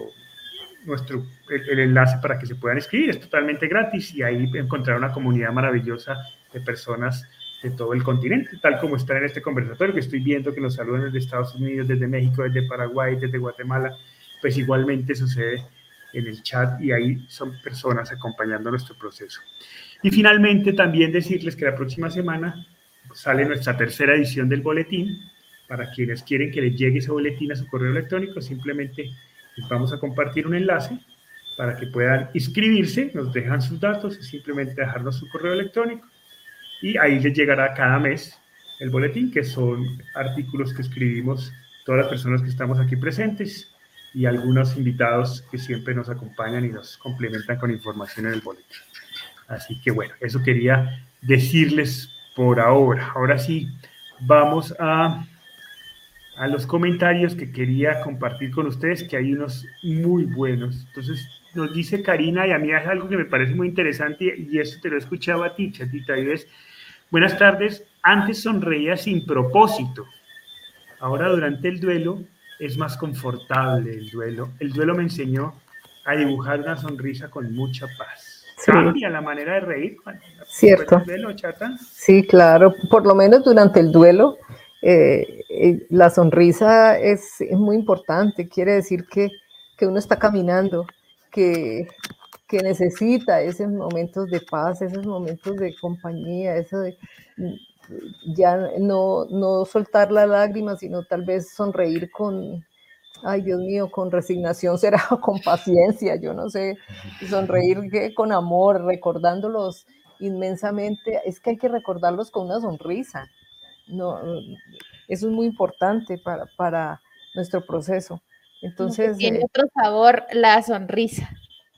el enlace para que se puedan inscribir. Es totalmente gratis y ahí encontrar una comunidad maravillosa de personas de todo el continente, tal como están en este conversatorio, que estoy viendo que nos saludan desde Estados Unidos, desde México, desde Paraguay, desde Guatemala. Pues igualmente sucede en el chat y ahí son personas acompañando nuestro proceso. Y finalmente también decirles que la próxima semana sale nuestra 3ª edición del boletín. Para quienes quieren que les llegue ese boletín a su correo electrónico, simplemente les vamos a compartir un enlace para que puedan inscribirse, nos dejan sus datos y simplemente dejarnos su correo electrónico y ahí les llegará cada mes el boletín, que son artículos que escribimos todas las personas que estamos aquí presentes y algunos invitados que siempre nos acompañan y nos complementan con información en el boletín. Así que bueno, eso quería decirles por ahora. Ahora sí, vamos a a los comentarios que quería compartir con ustedes, que hay unos muy buenos. Entonces, nos dice Karina, y a mí es algo que me parece muy interesante, y esto te lo escuchaba a ti, Chatita, y es: buenas tardes, antes sonreía sin propósito, ahora durante el duelo es más confortable el duelo. El duelo me enseñó a dibujar una sonrisa con mucha paz. Sí. ¿Cambia la manera de reír Cierto. después del duelo, Chata? Sí, claro, por lo menos durante el duelo, la sonrisa es muy importante, quiere decir que uno está caminando, que necesita esos momentos de paz, esos momentos de compañía, eso de ya no soltar la lágrima, sino tal vez sonreír con, ay Dios mío, con resignación será, con paciencia, yo no sé, sonreír con amor, recordándolos inmensamente, es que hay que recordarlos con una sonrisa, no, eso es muy importante para nuestro proceso. Entonces, tiene otro sabor la sonrisa.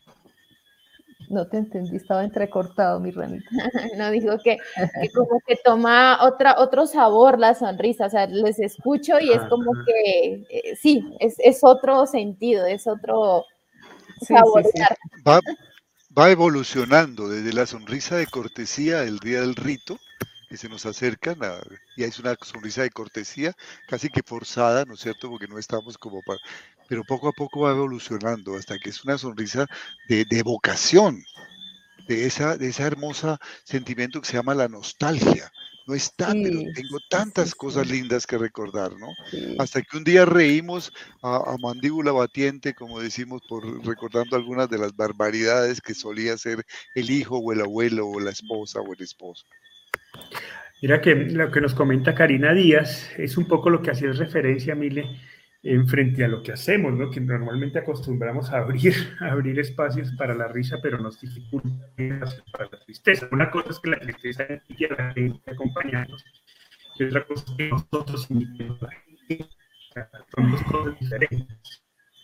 No te entendí, estaba entrecortado, mi ranita. No, digo que como que toma otro sabor la sonrisa, o sea, les escucho y es como que, sí, es otro sentido, es otro sabor. Sí, sí. Va evolucionando desde la sonrisa de cortesía del día del rito, que se nos acercan, y es una sonrisa de cortesía casi que forzada, ¿no es cierto? Porque no estamos como para... Pero poco a poco va evolucionando hasta que es una sonrisa de evocación, de esa hermosa sentimiento que se llama la nostalgia. No está, Sí, pero tengo tantas sí, cosas sí. lindas que recordar, ¿no? Sí. Hasta que un día reímos a mandíbula batiente, como decimos, recordando algunas de las barbaridades que solía ser el hijo o el abuelo o la esposa o el esposo. Mira que lo que nos comenta Karina Díaz es un poco lo que hacía referencia, Mile, en frente a lo que hacemos, ¿no? Que normalmente acostumbramos a abrir espacios para la risa, pero nos dificulta para la tristeza. Una cosa es que la tristeza invite a la gente a acompañarnos, y otra cosa es que nosotros invitemos a la gente. Son dos cosas diferentes.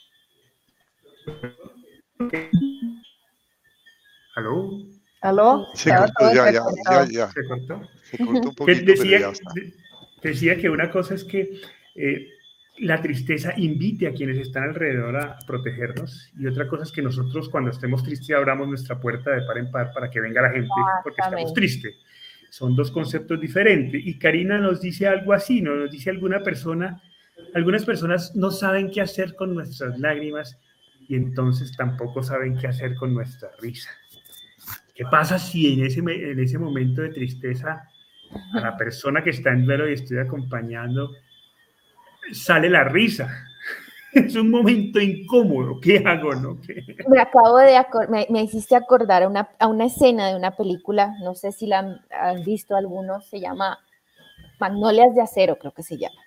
¿Aló? ¿Aló? Se cortó, ya. ¿Se cortó? Se cortó un poquito, pero ya está. Decía que una cosa es que la tristeza invite a quienes están alrededor a protegernos, y otra cosa es que nosotros, cuando estemos tristes, abramos nuestra puerta de par en par para que venga la gente porque estamos tristes. Son dos conceptos diferentes. Y Karina nos dice algo así, ¿no? Nos dice algunas personas no saben qué hacer con nuestras lágrimas, y entonces tampoco saben qué hacer con nuestra risa. ¿Qué pasa si en ese momento de tristeza a la persona que está en duelo y estoy acompañando sale la risa? Es un momento incómodo. ¿Qué hago, no? Me acabo de me hiciste acordar a una escena de una película, no sé si la han visto algunos, se llama Magnolias de Acero, creo que se llama.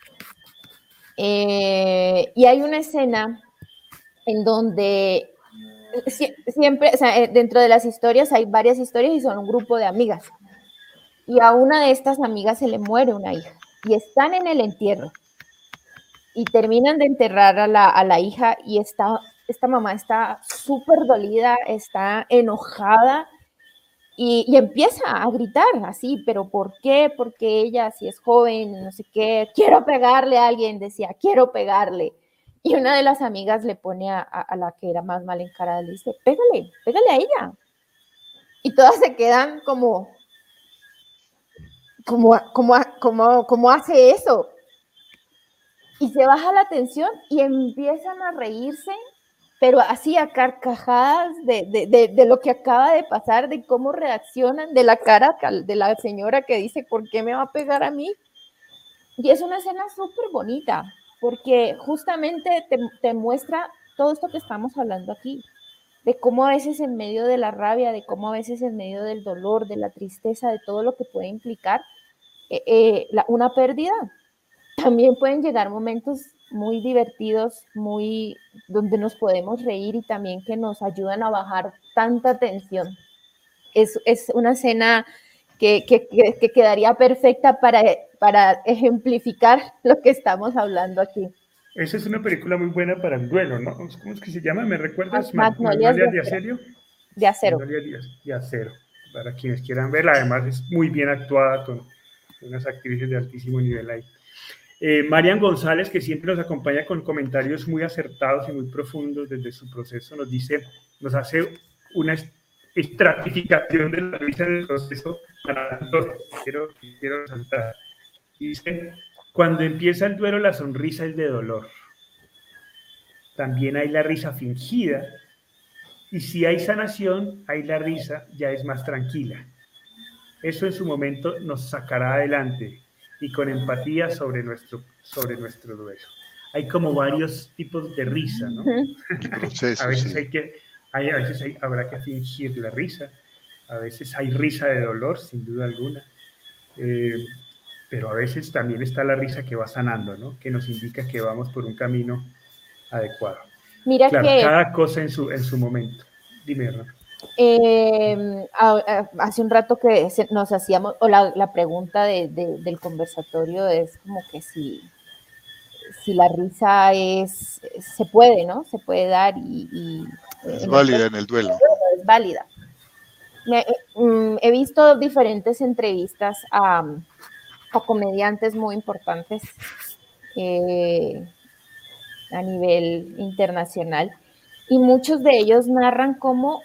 Y hay una escena en donde siempre, o sea, dentro de las historias hay varias historias y son un grupo de amigas. Y a una de estas amigas se le muere una hija y están en el entierro. Y terminan de enterrar a la hija y esta mamá está súper dolida, está enojada y empieza a gritar así, pero ¿por qué? Porque ella, si es joven, no sé qué, quiero pegarle a alguien, decía, quiero pegarle. Y una de las amigas le pone a la que era más mal encarada, le dice, pégale a ella. Y todas se quedan como hace eso. Y se baja la tensión y empiezan a reírse, pero así a carcajadas de lo que acaba de pasar, de cómo reaccionan, de la cara de la señora que dice, ¿por qué me va a pegar a mí? Y es una escena súper bonita, porque justamente te muestra todo esto que estamos hablando aquí, de cómo a veces en medio de la rabia, de cómo a veces en medio del dolor, de la tristeza, de todo lo que puede implicar una pérdida, también pueden llegar momentos muy divertidos, donde nos podemos reír y también que nos ayudan a bajar tanta tensión. Es una escena que quedaría perfecta para ejemplificar lo que estamos hablando aquí. Esa es una película muy buena para el duelo, ¿no? ¿Cómo es que se llama? ¿Me recuerdas? Magnolias de Acero. De Acero. Magnolias de Acero. Para quienes quieran verla, además es muy bien actuada con unas actrices de altísimo nivel ahí. Marian González, que siempre nos acompaña con comentarios muy acertados y muy profundos desde su proceso, nos hace una estratificación de la risa del proceso para todos. Quiero resaltar. Dice, cuando empieza el duelo, la sonrisa es de dolor. También hay la risa fingida. Y si hay sanación, ahí la risa ya es más tranquila. Eso en su momento nos sacará adelante y con empatía sobre nuestro duelo. Hay como varios tipos de risa, ¿no? Proceso, a veces, sí. Habrá que fingir la risa, a veces hay risa de dolor, sin duda alguna, pero a veces también está la risa que va sanando, ¿no? Que nos indica que vamos por un camino adecuado. Mira claro, que cada cosa en su momento. Dime, Hernán. Hace un rato que nos hacíamos, o la pregunta del conversatorio es como que si la risa se puede, ¿no? Se puede dar y es válida en el duelo. Es válida. He visto diferentes entrevistas a comediantes muy importantes a nivel internacional y muchos de ellos narran cómo,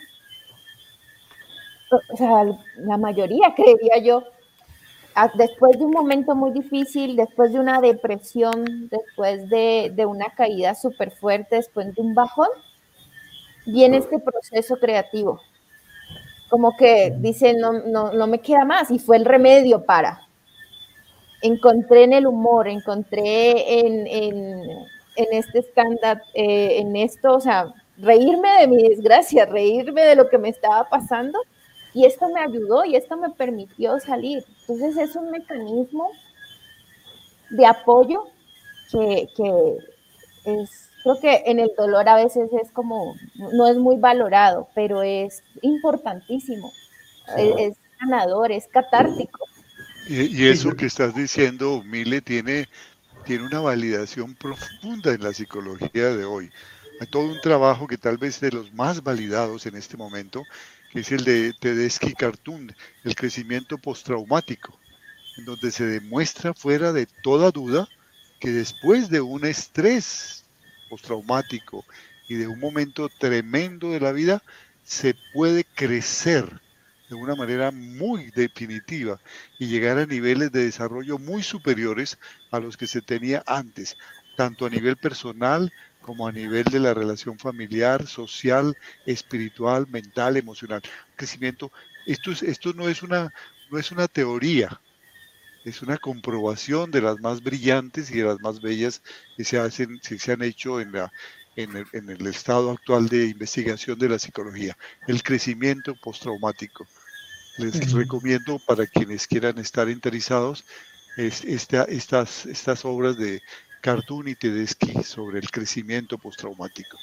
o sea, la mayoría, creería yo, después de un momento muy difícil, después de una depresión, después de una caída súper fuerte, después de un bajón, viene este proceso creativo. Como que dicen, no me queda más, y fue el remedio para. Encontré en el humor, encontré en este stand-up, en esto, o sea, reírme de mi desgracia, reírme de lo que me estaba pasando, y esto me ayudó y esto me permitió salir. Entonces es un mecanismo de apoyo que es, creo que en el dolor a veces es como, no es muy valorado, pero es importantísimo, es sanador, es catártico. Y eso que estás diciendo, Mile, tiene una validación profunda en la psicología de hoy. Hay todo un trabajo que tal vez de los más validados en este momento, que es el de Tedeschi Cartoon, el crecimiento postraumático, en donde se demuestra fuera de toda duda que después de un estrés postraumático y de un momento tremendo de la vida, se puede crecer de una manera muy definitiva y llegar a niveles de desarrollo muy superiores a los que se tenía antes, tanto a nivel personal como a nivel de la relación familiar, social, espiritual, mental, emocional. Crecimiento, esto no es una teoría, es una comprobación de las más brillantes y de las más bellas que se han hecho en el estado actual de investigación de la psicología, el crecimiento postraumático. Les recomiendo, para quienes quieran estar interesados, estas obras de Cartoon y Tedeschi sobre el crecimiento postraumático.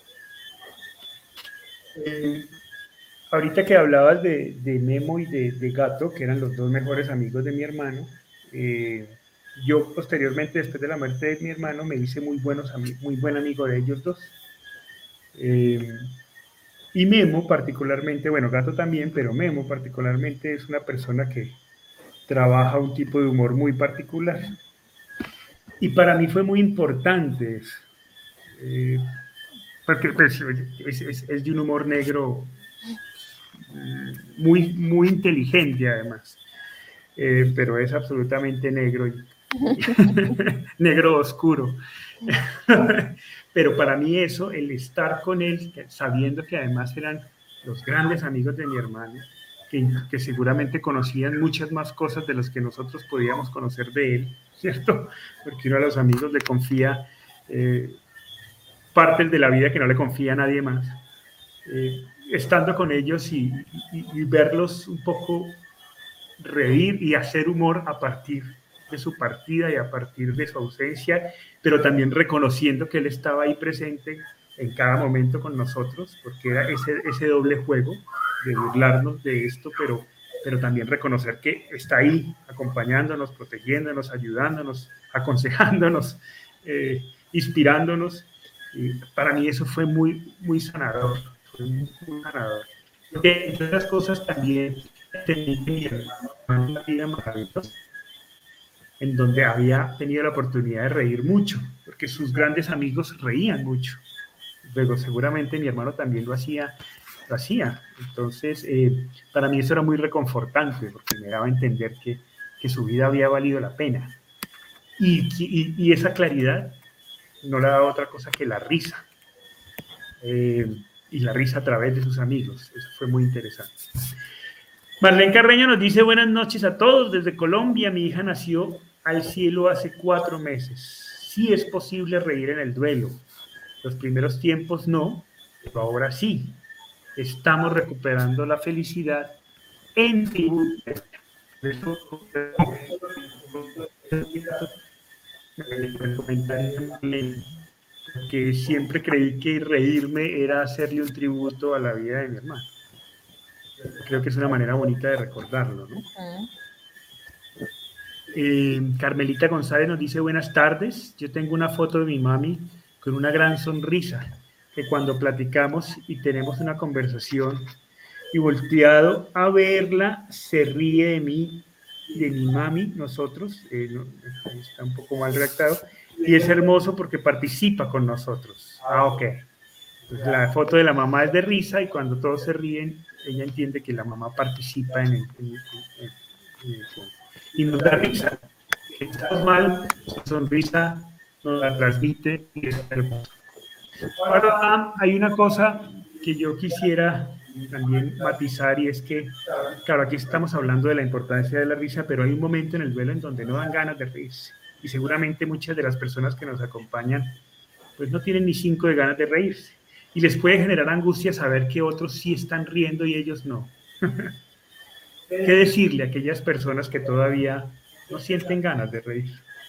Ahorita que hablabas de Memo y de Gato, que eran los dos mejores amigos de mi hermano, yo posteriormente, después de la muerte de mi hermano, me hice muy buen amigo de ellos dos. Y Memo particularmente, bueno, Gato también, pero Memo particularmente es una persona que trabaja un tipo de humor muy particular. Y para mí fue muy importante eso, porque pues, es de un humor negro muy, muy inteligente además, pero es absolutamente negro, negro oscuro. Pero para mí eso, el estar con él, sabiendo que además eran los grandes amigos de mi hermano, que seguramente conocían muchas más cosas de las que nosotros podíamos conocer de él, ¿cierto? Porque uno a los amigos le confía partes de la vida que no le confía a nadie más. Estando con ellos y verlos un poco reír y hacer humor a partir de su partida y a partir de su ausencia, pero también reconociendo que él estaba ahí presente en cada momento con nosotros, porque era ese doble juego de burlarnos de esto, pero también reconocer que está ahí acompañándonos, protegiéndonos, ayudándonos, aconsejándonos, inspirándonos. Y para mí eso fue muy, muy sanador, fue muy, muy sanador. Porque entre otras cosas también tenía mi hermano una vida maravillosa. en donde había tenido la oportunidad de reír mucho, porque sus grandes amigos reían mucho. Luego, seguramente mi hermano también lo hacía. Entonces, para mí eso era muy reconfortante, porque me daba a entender que su vida había valido la pena. Y esa claridad no le daba otra cosa que la risa. Y la risa a través de sus amigos. Eso fue muy interesante. Marlene Carreño nos dice buenas noches a todos desde Colombia. Mi hija nació al cielo hace 4 meses. Sí es posible reír en el duelo. Los primeros tiempos no, pero ahora sí. Estamos recuperando la felicidad en tributo. El comentario que siempre creí que reírme era hacerle un tributo a la vida de mi hermano. Creo que es una manera bonita de recordarlo, ¿no? Carmelita González nos dice buenas tardes. Yo tengo una foto de mi mami con una gran sonrisa, que cuando platicamos y tenemos una conversación y volteado a verla, se ríe de mí, de mi mami, nosotros, está un poco mal redactado, y es hermoso porque participa con nosotros. Ok. Entonces, la foto de la mamá es de risa y cuando todos se ríen, ella entiende que la mamá participa en el y nos da risa. Si estamos mal, su sonrisa nos la transmite y es hermoso. Ahora, hay una cosa que yo quisiera también matizar y es que, claro, aquí estamos hablando de la importancia de la risa, pero hay un momento en el duelo en donde no dan ganas de reírse. Y seguramente muchas de las personas que nos acompañan pues no tienen ni 5 de ganas de reírse. Y les puede generar angustia saber que otros sí están riendo y ellos no. ¿Qué decirle a aquellas personas que todavía no sienten ganas de reír?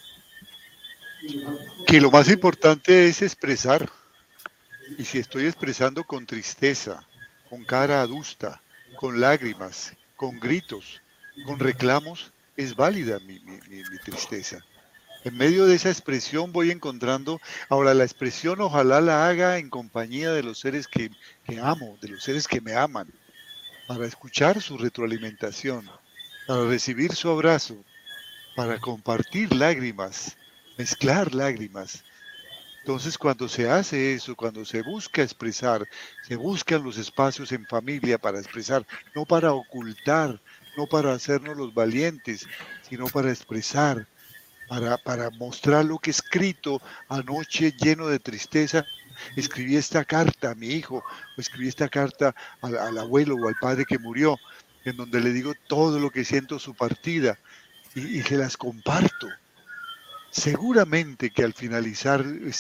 Que lo más importante es expresar. Y si estoy expresando con tristeza, con cara adusta, con lágrimas, con gritos, con reclamos, es válida mi tristeza. En medio de esa expresión voy encontrando, ahora la expresión ojalá la haga en compañía de los seres que amo, de los seres que me aman, para escuchar su retroalimentación, para recibir su abrazo, para compartir lágrimas, mezclar lágrimas. Entonces, cuando se hace eso, cuando se busca expresar, se buscan los espacios en familia para expresar, no para ocultar, no para hacernos los valientes, sino para expresar, para mostrar lo que he escrito anoche lleno de tristeza. Escribí esta carta a mi hijo, o escribí esta carta al abuelo o al padre que murió, en donde le digo todo lo que siento su partida y se las comparto. Seguramente que al finalizar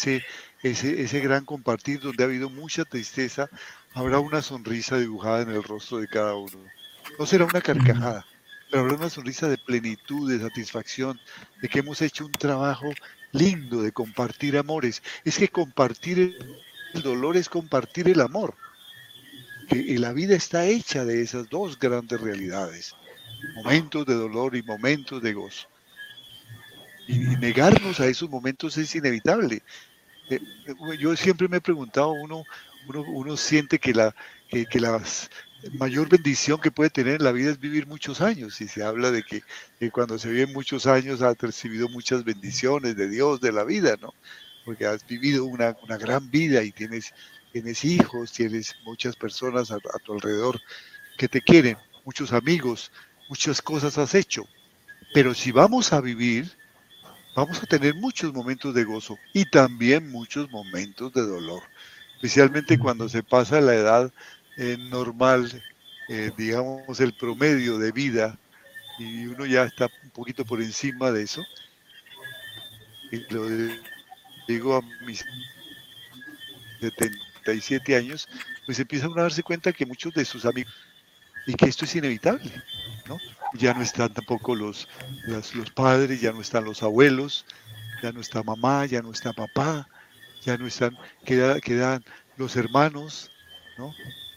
ese gran compartir donde ha habido mucha tristeza, habrá una sonrisa dibujada en el rostro de cada uno. No será una carcajada, pero habrá una sonrisa de plenitud, de satisfacción, de que hemos hecho un trabajo lindo de compartir amores. Es que compartir el dolor es compartir el amor. Que la vida está hecha de esas dos grandes realidades, momentos de dolor y momentos de gozo. Y negarnos a esos momentos es inevitable. Yo siempre me he preguntado, uno siente que la mayor bendición que puede tener en la vida es vivir muchos años, y se habla de que cuando se viven muchos años has recibido muchas bendiciones de Dios, de la vida, ¿no? Porque has vivido una gran vida y tienes hijos, tienes muchas personas a tu alrededor que te quieren, muchos amigos, muchas cosas has hecho. Pero si vamos a vivir, vamos a tener muchos momentos de gozo y también muchos momentos de dolor, especialmente cuando se pasa la edad normal, digamos el promedio de vida, y uno ya está un poquito por encima de eso. Y lo digo a mis 77 años, pues empieza uno a darse cuenta que muchos de sus amigos, y que esto es inevitable, ¿no? Ya no están tampoco los padres, ya no están los abuelos, ya no está mamá, ya no está papá, ya no están, quedan los hermanos, ¿no?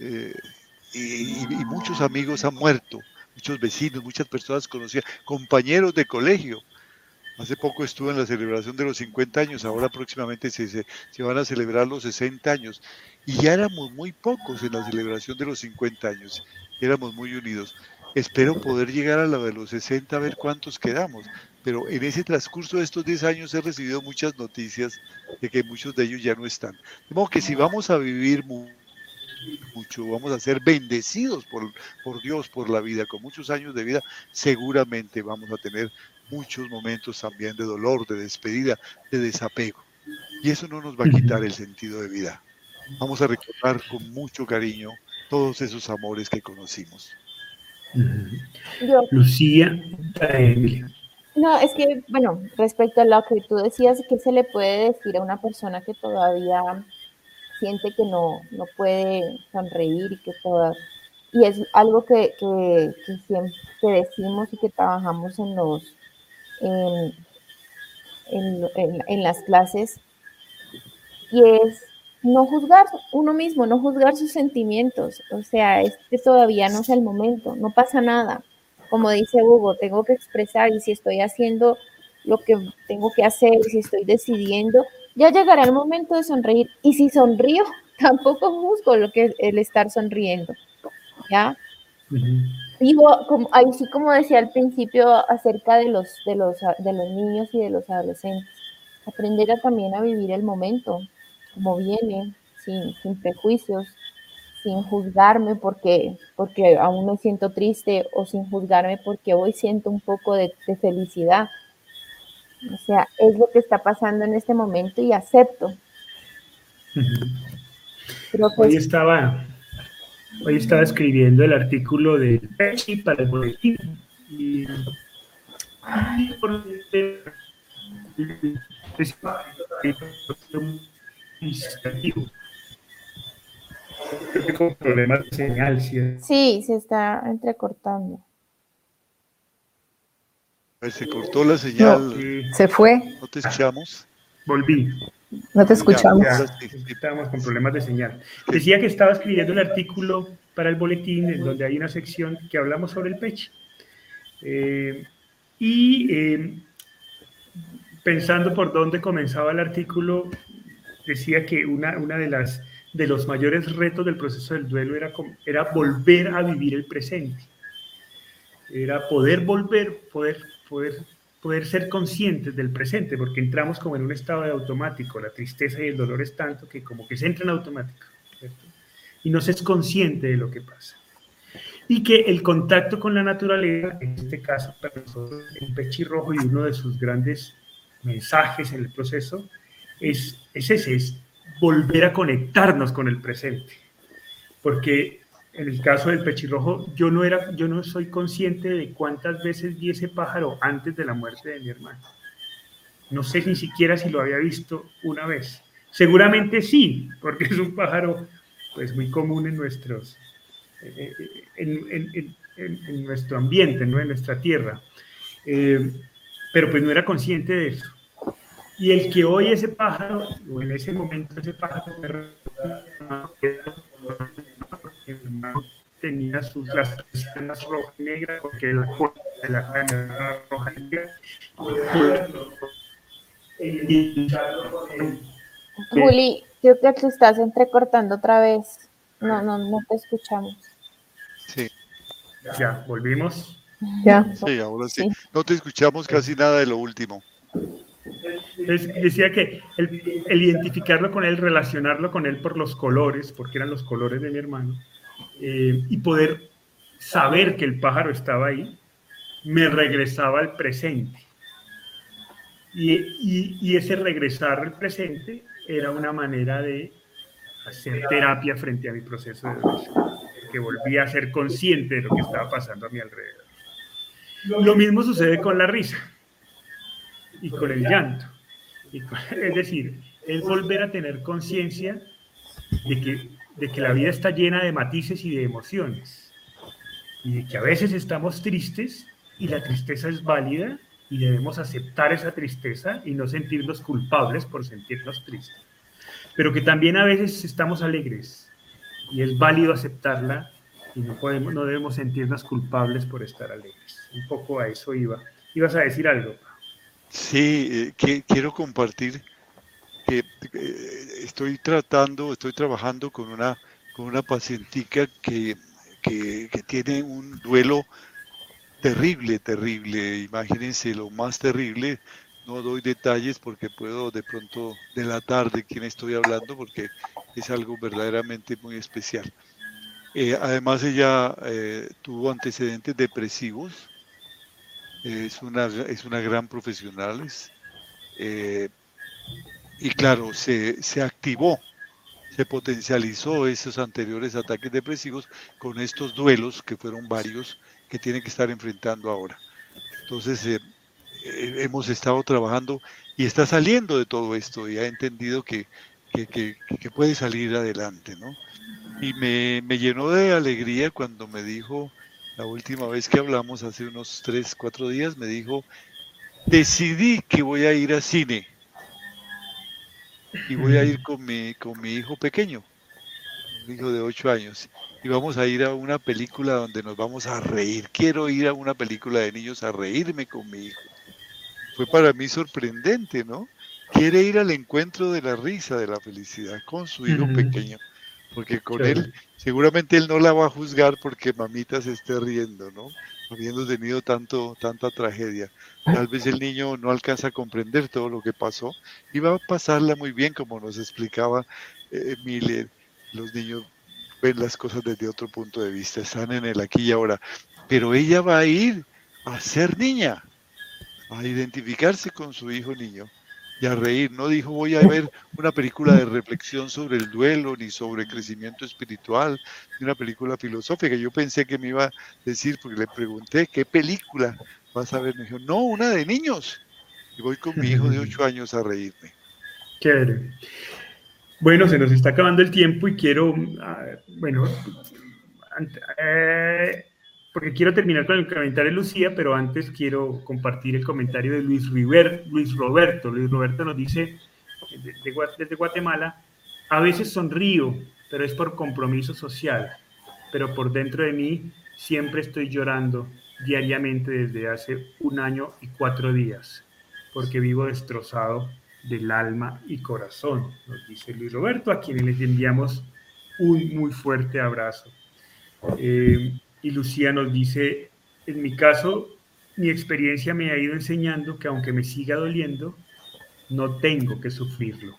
Y muchos amigos han muerto, muchos vecinos, muchas personas conocidas, compañeros de colegio. Hace poco estuve en la celebración de los 50 años, ahora próximamente se van a celebrar los 60 años. Y ya éramos muy pocos en la celebración de los 50 años, éramos muy unidos. Espero poder llegar a la de los 60 a ver cuántos quedamos. pero en ese transcurso de estos 10 años he recibido muchas noticias de que muchos de ellos ya no están. De modo que si vamos a vivir mucho, vamos a ser bendecidos por Dios, por la vida, con muchos años de vida, seguramente vamos a tener muchos momentos también de dolor, de despedida, de desapego. Y eso no nos va a quitar el sentido de vida. Vamos a recordar con mucho cariño todos esos amores que conocimos. Lucía, Emilia. No, es que, bueno, respecto a lo que tú decías, ¿qué se le puede decir a una persona que todavía siente que no puede sonreír y es algo que siempre decimos y que trabajamos en las clases, y es no juzgar uno mismo, no juzgar sus sentimientos. O sea, todavía no es el momento, no pasa nada. Como dice Hugo, tengo que expresar, y si estoy haciendo lo que tengo que hacer, si estoy decidiendo, ya llegará el momento de sonreír. Y si sonrío, tampoco juzgo el estar sonriendo, ¿ya? Digo, ahí sí, como decía al principio acerca de los niños y de los adolescentes, aprender también a vivir el momento como viene, sin prejuicios, sin juzgarme porque aún me siento triste, o sin juzgarme porque hoy siento un poco de felicidad. O sea, es lo que está pasando en este momento y acepto. Creo que hoy estaba escribiendo el artículo del PECHI para el boletín. Y con problemas de señal. Sí, se está entrecortando. Se cortó la señal. No, se fue. ¿No te escuchamos? Volví. No te escuchamos. Estábamos con problemas de señal. Decía que estaba escribiendo el artículo para el boletín, en donde hay una sección que hablamos sobre el PECHI. Pensando por dónde comenzaba el artículo, decía que una de los mayores retos del proceso del duelo era volver a vivir el presente. Era poder ser conscientes del presente, porque entramos como en un estado de automático. La tristeza y el dolor es tanto que como que se entra en automático, ¿cierto? Y no se es consciente de lo que pasa. Y que el contacto con la naturaleza, en este caso para nosotros el PECHI Rojo, y uno de sus grandes mensajes en el proceso es volver a conectarnos con el presente. Porque en el caso del PECHI Rojo, yo no soy consciente de cuántas veces vi ese pájaro antes de la muerte de mi hermano. No sé ni siquiera si lo había visto una vez. Seguramente sí, porque es un pájaro pues muy común en en nuestro ambiente, ¿no? En nuestra tierra. Pero pues no era consciente de eso. Y el que hoy ese pájaro, o en ese momento ese pájaro tenía sus las rojas y negras, porque la cola de la caña era roja y negra. Juli, creo que te estás entrecortando otra vez. No te escuchamos. Sí. Ya, volvimos. Ya. Sí, ahora sí. No te escuchamos casi nada de lo último. Decía que el identificarlo con él, relacionarlo con él por los colores, porque eran los colores de mi hermano, y poder saber que el pájaro estaba ahí, me regresaba al presente. Y ese regresar al presente era una manera de hacer terapia frente a mi proceso de duelo, que volvía a ser consciente de lo que estaba pasando a mi alrededor. Lo mismo sucede con la risa y con el llanto. Es decir, es volver a tener conciencia de que la vida está llena de matices y de emociones, y de que a veces estamos tristes y la tristeza es válida y debemos aceptar esa tristeza y no sentirnos culpables por sentirnos tristes, pero que también a veces estamos alegres y es válido aceptarla y no debemos sentirnos culpables por estar alegres. Un poco a eso iba. ¿Ibas a decir algo? Sí, quiero compartir que estoy trabajando con una pacientica que tiene un duelo terrible, terrible. Imagínense lo más terrible. No doy detalles porque puedo de pronto delatar de quién estoy hablando porque es algo verdaderamente muy especial. Además ella tuvo antecedentes depresivos, es una gran profesional y claro, se activó, se potencializó esos anteriores ataques depresivos con estos duelos, que fueron varios, que tienen que estar enfrentando ahora. Entonces, hemos estado trabajando y está saliendo de todo esto y ha entendido que puede salir adelante, ¿no? Y me llenó de alegría cuando me dijo, la última vez que hablamos, hace unos 3, 4 días, me dijo, decidí que voy a ir a cine y voy a ir con mi hijo pequeño, un hijo de 8 años, y vamos a ir a una película donde nos vamos a reír. Quiero ir a una película de niños a reírme con mi hijo. Fue para mí sorprendente, ¿no? Quiere ir al encuentro de la risa, de la felicidad con su hijo pequeño, porque con él, seguramente él no la va a juzgar porque mamita se esté riendo, ¿no? Habiendo tenido tanta tragedia. Tal vez el niño no alcanza a comprender todo lo que pasó y va a pasarla muy bien, como nos explicaba Miller. Los niños ven las cosas desde otro punto de vista, están en el aquí y ahora, pero ella va a ir a ser niña, a identificarse con su hijo niño y a reír. No dijo voy a ver una película de reflexión sobre el duelo, ni sobre crecimiento espiritual, ni una película filosófica. Yo pensé que me iba a decir, porque le pregunté, ¿qué película vas a ver? Me dijo, no, una de niños. Y voy con mi hijo de 8 años a reírme. Chévere. Bueno, se nos está acabando el tiempo y quiero, porque quiero terminar con el comentario de Lucía, pero antes quiero compartir el comentario de Luis Roberto. Luis Roberto nos dice, desde Guatemala, a veces sonrío, pero es por compromiso social, pero por dentro de mí siempre estoy llorando diariamente desde hace 1 año y 4 días, porque vivo destrozado del alma y corazón, nos dice Luis Roberto, a quienes les enviamos un muy fuerte abrazo. Y Lucía nos dice, en mi caso, mi experiencia me ha ido enseñando que aunque me siga doliendo, no tengo que sufrirlo.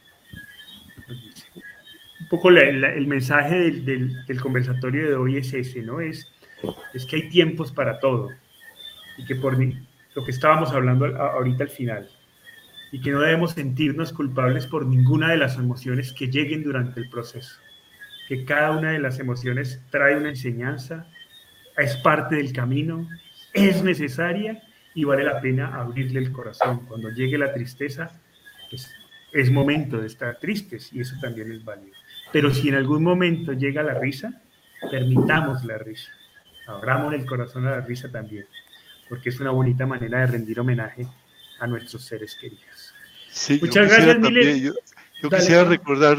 Un poco el mensaje del conversatorio de hoy es ese, ¿no? Es que hay tiempos para todo y que por lo que estábamos hablando ahorita al final, y que no debemos sentirnos culpables por ninguna de las emociones que lleguen durante el proceso, que cada una de las emociones trae una enseñanza, es parte del camino, es necesaria y vale la pena abrirle el corazón. Cuando llegue la tristeza, pues es momento de estar tristes y eso también es válido. Pero si en algún momento llega la risa, permitamos la risa, abramos el corazón a la risa también, porque es una bonita manera de rendir homenaje a nuestros seres queridos. Sí, muchas gracias, Miller. Yo quisiera recordar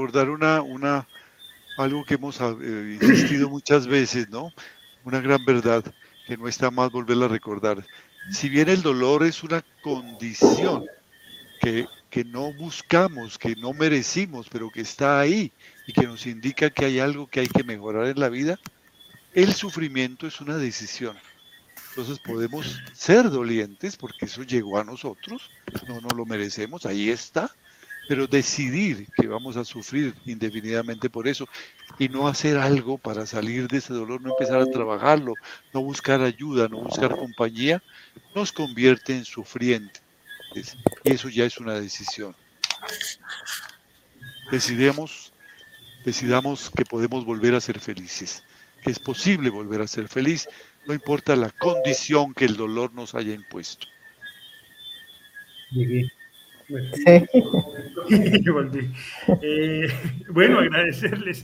algo que hemos insistido muchas veces, ¿no? Una gran verdad que no está mal volverla a recordar. Si bien el dolor es una condición que no buscamos, que no merecimos, pero que está ahí y que nos indica que hay algo que hay que mejorar en la vida, el sufrimiento es una decisión. Entonces podemos ser dolientes porque eso llegó a nosotros, no lo merecemos, ahí está, pero decidir que vamos a sufrir indefinidamente por eso y no hacer algo para salir de ese dolor, no empezar a trabajarlo, no buscar ayuda, no buscar compañía, nos convierte en sufrientes y eso ya es una decisión. Decidamos que podemos volver a ser felices, que es posible volver a ser feliz, no importa la condición que el dolor nos haya impuesto. Llegué. Volví. Bueno, agradecerles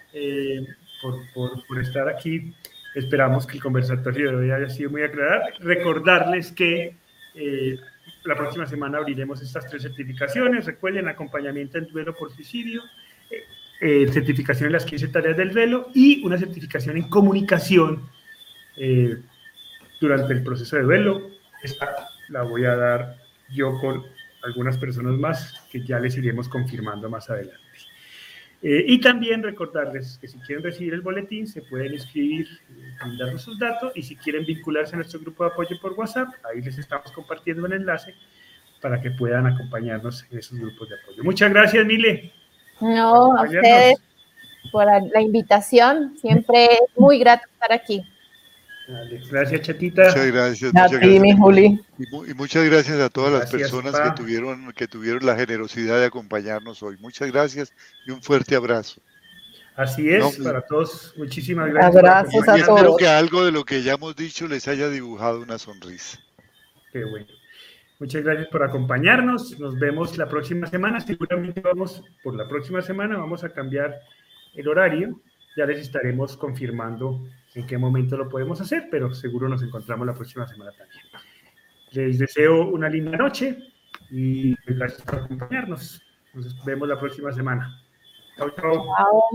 por estar aquí. Esperamos que el conversatorio de hoy haya sido muy agradable. Recordarles que la próxima semana abriremos estas 3 certificaciones. Recuerden, acompañamiento en duelo por suicidio, certificación en las 15 tareas del duelo y una certificación en comunicación durante el proceso de duelo. Esta la voy a dar yo con algunas personas más que ya les iremos confirmando más adelante. Y también recordarles que si quieren recibir el boletín se pueden inscribir, darnos sus datos, y si quieren vincularse a nuestro grupo de apoyo por WhatsApp, ahí les estamos compartiendo el enlace para que puedan acompañarnos en esos grupos de apoyo. Muchas gracias, Mile. No, a ustedes por la invitación, siempre es muy grato estar aquí. Vale, gracias, Chatita. Muchas gracias. A ti, mi Juli. Y muchas gracias a todas las Gracias, personas Pa. que tuvieron la generosidad de acompañarnos hoy. Muchas gracias y un fuerte abrazo. Así es, para todos, muchísimas gracias. Abrazos a todos. Espero que algo de lo que ya hemos dicho les haya dibujado una sonrisa. Qué bueno. Muchas gracias por acompañarnos. Nos vemos la próxima semana. Seguramente por la próxima semana vamos a cambiar el horario. Ya les estaremos confirmando en qué momento lo podemos hacer, pero seguro nos encontramos la próxima semana también. Les deseo una linda noche y gracias por acompañarnos. Nos vemos la próxima semana. Chao, chao. Chao.